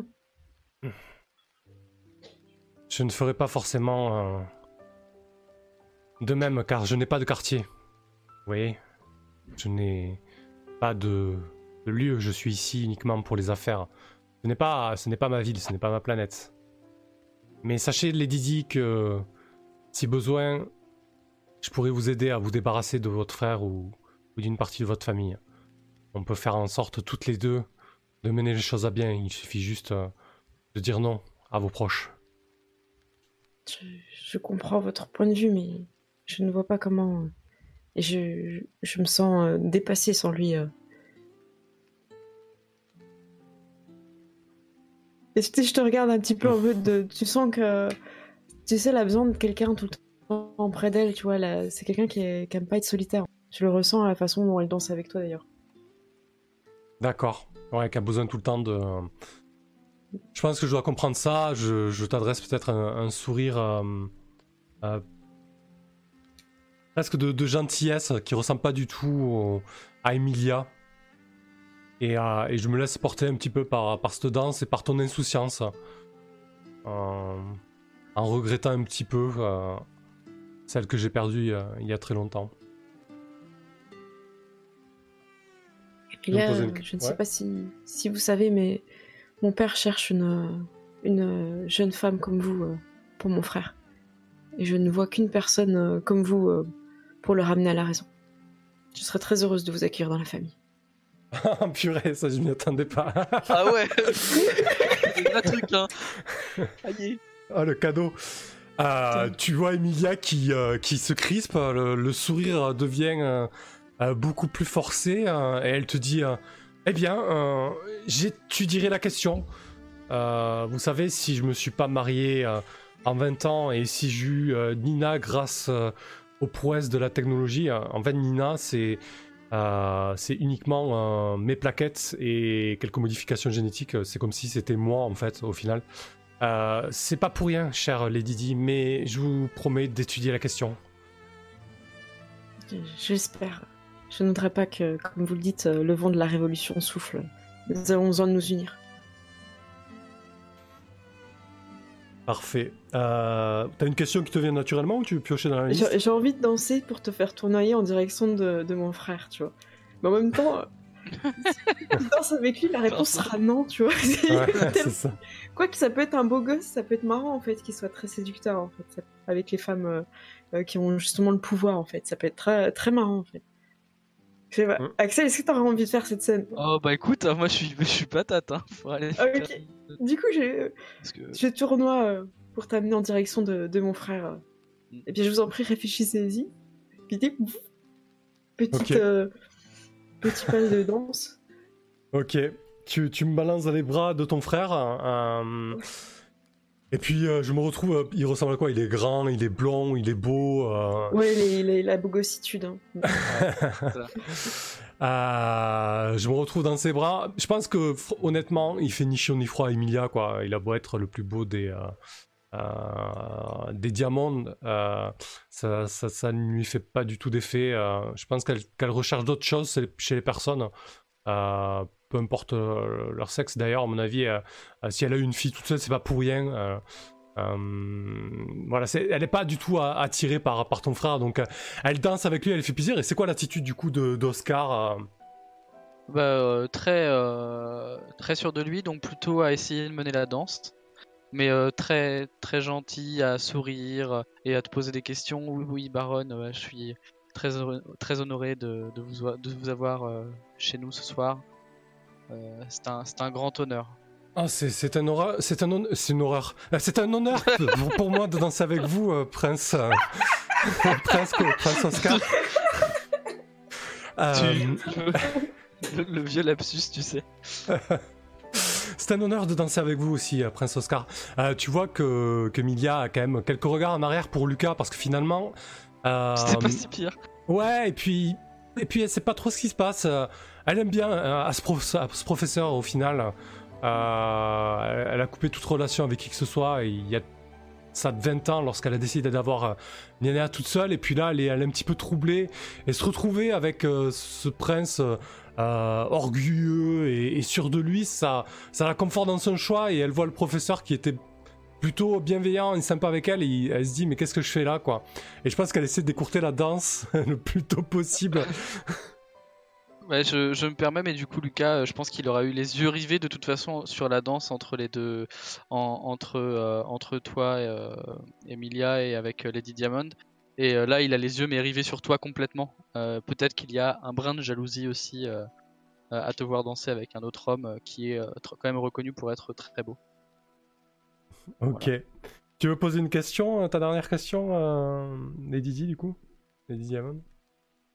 Je ne ferai pas forcément de même, car je n'ai pas de quartier. Vous voyez? Je n'ai pas de lieu, je suis ici uniquement pour les affaires. Ce n'est pas ma ville, ce n'est pas ma planète. Mais sachez, Lady Di, que si besoin, je pourrais vous aider à vous débarrasser de votre frère ou d'une partie de votre famille. On peut faire en sorte toutes les deux de mener les choses à bien. Il suffit juste de dire non à vos proches. Je comprends votre point de vue, mais je ne vois pas comment Et je me sens dépassée sans lui. Et je te regarde un petit peu en mode de... Tu sens que, tu sais, elle a besoin de quelqu'un tout le temps près d'elle, tu vois. C'est quelqu'un qui aime pas être solitaire. Je le ressens à la façon dont elle danse avec toi, d'ailleurs. D'accord. Ouais, qui a besoin tout le temps de... Je pense que je dois comprendre ça. Je t'adresse peut-être un sourire presque de gentillesse qui ressemble pas du tout à Emilia. Et je me laisse porter un petit peu par cette danse et par ton insouciance. En regrettant un petit peu celle que j'ai perdue il y a très longtemps. Et puis là, je ne sais pas si vous savez, mais mon père cherche une jeune femme comme vous pour mon frère. Et je ne vois qu'une personne comme vous pour le ramener à la raison. Je serais très heureuse de vous accueillir dans la famille. Ah purée, ça je m'y attendais pas. Ah ouais. C'est un truc, hein. Aïe. Oh, le cadeau. Tu vois Emilia qui se crispe, le sourire devient beaucoup plus forcé, et elle te dit eh bien, j'étudierai la question. Vous savez, si je me suis pas marié en 20 ans et si j'ai eu Nina grâce aux prouesses de la technologie, en fait Nina c'est uniquement mes plaquettes et quelques modifications génétiques. C'est comme si c'était moi en fait au final. C'est pas pour rien, chère Lady Di, mais je vous promets d'étudier la question. J'espère. Je ne voudrais pas que, comme vous le dites, le vent de la révolution souffle. Nous avons besoin de nous unir. Parfait. T'as une question qui te vient naturellement ou tu veux piocher dans la liste? J'ai envie de danser pour te faire tournoyer en direction de mon frère, tu vois. Mais en même temps, si tu danses avec lui, la réponse sera non, tu vois. Ouais, c'est ça. Quoique ça peut être un beau gosse, ça peut être marrant en fait, qu'il soit très séducteur en fait, avec les femmes qui ont justement le pouvoir en fait. Ça peut être très, très marrant en fait. Je sais pas. Axel, est-ce que t'aurais envie de faire cette scène? Oh bah écoute, moi je suis patate, hein. Faut aller ok. Du coup, je tournoie pour t'amener en direction de mon frère. Et bien, je vous en prie, réfléchissez-y. Puis, petit pas de danse. Ok. Tu me balances dans les bras de ton frère. Et puis, je me retrouve... il ressemble à quoi? Il est grand, il est blond, il est beau. Ouais, la bogossitude. Hein. Je me retrouve dans ses bras. Je pense que, honnêtement, il fait ni chaud ni froid à Emilia, quoi. Il a beau être le plus beau des diamants, ça ne lui fait pas du tout d'effet. Je pense qu'elle recherche d'autres choses chez les personnes. Peu importe leur sexe d'ailleurs, à mon avis, si elle a eu une fille toute seule, c'est pas pour rien. Voilà, elle est pas du tout attirée par ton frère, donc elle danse avec lui, elle fait plaisir. Et c'est quoi l'attitude du coup d'Oscar? Très sûr de lui, donc plutôt à essayer de mener la danse, mais très très gentil, à sourire et à te poser des questions. Oui, baronne, je suis très honoré de vous avoir chez nous ce soir. C'est un grand honneur. Ah, c'est un honneur, c'est une horreur. C'est un honneur pour moi de danser avec vous, prince Oscar. Le vieux lapsus, tu sais. C'est un honneur de danser avec vous aussi, prince Oscar. Tu vois que Emilia a quand même quelques regards en arrière pour Lucas, parce que finalement... C'était pas si pire. Ouais, et puis elle sait pas trop ce qui se passe. Elle aime bien à ce professeur au final. Elle a coupé toute relation avec qui que ce soit. Et il y a ça de 20 ans lorsqu'elle a décidé d'avoir Nénéa toute seule. Et puis là, elle est un petit peu troublée. Et se retrouver avec ce prince orgueilleux et sûr de lui, ça la conforte dans son choix. Et elle voit le professeur qui était plutôt bienveillant et sympa avec elle, et elle se dit mais qu'est-ce que je fais là, quoi. Et je pense qu'elle essaie d'écourter la danse le plus tôt possible. Ouais, je me permets, mais du coup Lucas, je pense qu'il aura eu les yeux rivés de toute façon sur la danse entre les deux, entre toi et Emilia et avec Lady Diamond. Et là il a les yeux mais rivés sur toi complètement. Peut-être qu'il y a un brin de jalousie aussi à te voir danser avec un autre homme qui est quand même reconnu pour être très beau. Ok. Voilà. Tu veux poser une question, ta dernière question, Lady Di, du coup? Lady Diamond?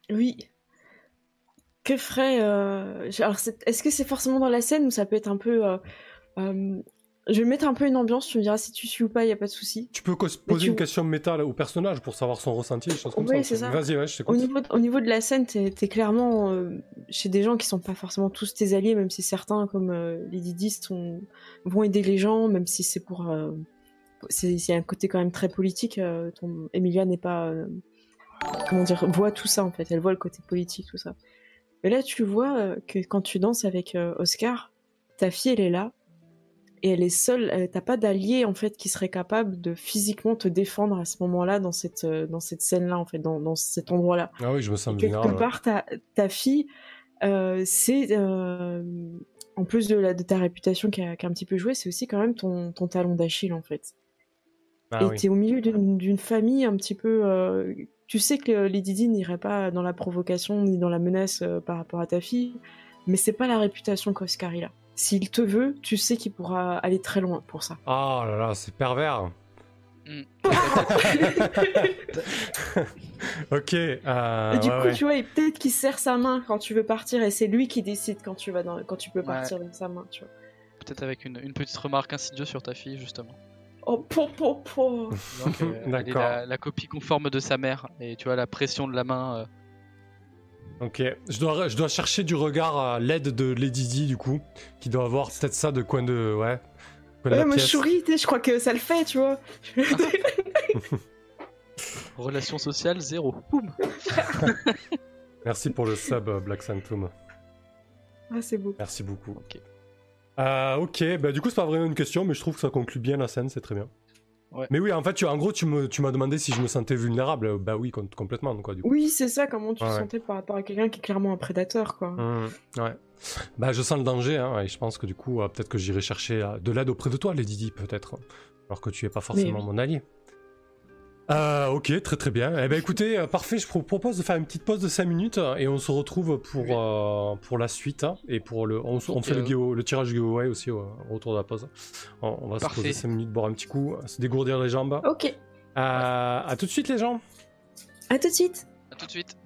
Oui. Que ferait... Alors, est-ce que c'est forcément dans la scène ou ça peut être un peu... Je vais mettre un peu une ambiance, tu me diras si tu suis ou pas, y a pas de souci. Tu peux poser une question méta au personnage pour savoir son ressenti, des choses comme Oui, ça. c'est ça. Vas-y, ouais, je t'écoute. Au niveau de la scène, t'es clairement chez des gens qui sont pas forcément tous tes alliés, même si certains, comme les Didis, vont aider les gens, même si c'est pour... c'est un côté quand même très politique. Emilia n'est pas... comment dire, voit tout ça en fait, elle voit le côté politique, tout ça. Mais là, tu vois que quand tu danses avec Oscar, ta fille, elle est là, et elle est seule, t'as pas d'allié en fait qui serait capable de physiquement te défendre à ce moment-là, dans cette scène-là, en fait, dans cet endroit-là. Ah oui, je me sens Quelque vulnérable. part, ta fille, c'est... en plus de ta réputation qui a un petit peu joué, c'est aussi quand même ton talon d'Achille, en fait. Ah, Et oui. t'es au milieu d'une famille un petit peu... tu sais que les Didi n'iraient pas dans la provocation ni dans la menace par rapport à ta fille, mais c'est pas la réputation qu'Oscar il a. S'il te veut, tu sais qu'il pourra aller très loin pour ça. Oh là là, c'est pervers. Ok. Et du coup, ouais. tu vois, peut-être qu'il serre sa main quand tu veux partir, et c'est lui qui décide quand tu peux partir de sa main, tu vois. Peut-être avec une petite remarque insidieuse sur ta fille, justement. Oh, po. Donc, elle est la copie conforme de sa mère, et tu vois la pression de la main. Ok, je dois chercher du regard à l'aide de Lady Di, du coup, qui doit avoir peut-être ça de coin de... Ouais, coin de la Moi, pièce. Shuri, je crois que ça le fait, tu vois. Relation sociale, 0. Boum. Merci pour le sub, Black Sanctum. Ah, c'est beau. Merci beaucoup. Ok. Ok, bah du coup c'est pas vraiment une question, mais je trouve que ça conclut bien la scène, c'est très bien. Ouais. Mais oui, en fait, en gros, tu m'as demandé si je me sentais vulnérable. Bah oui, complètement, quoi, du coup. Oui, c'est ça, comment tu te Ouais. sentais par rapport à quelqu'un qui est clairement un prédateur, quoi. Ouais. Bah je sens le danger, hein, et je pense que du coup, peut-être que j'irai chercher de l'aide auprès de toi, Lady Di, peut-être. Alors que tu es pas forcément oui. mon allié. Ok, très très bien. Eh ben écoutez, parfait, je propose de faire une petite pause de 5 minutes et on se retrouve pour la suite. Hein, et pour on fait le tirage giveaway aussi au retour de la pause. On va se poser 5 minutes, boire un petit coup, se dégourdir les jambes. Ok. À tout de suite les gens. À tout de suite. À tout de suite.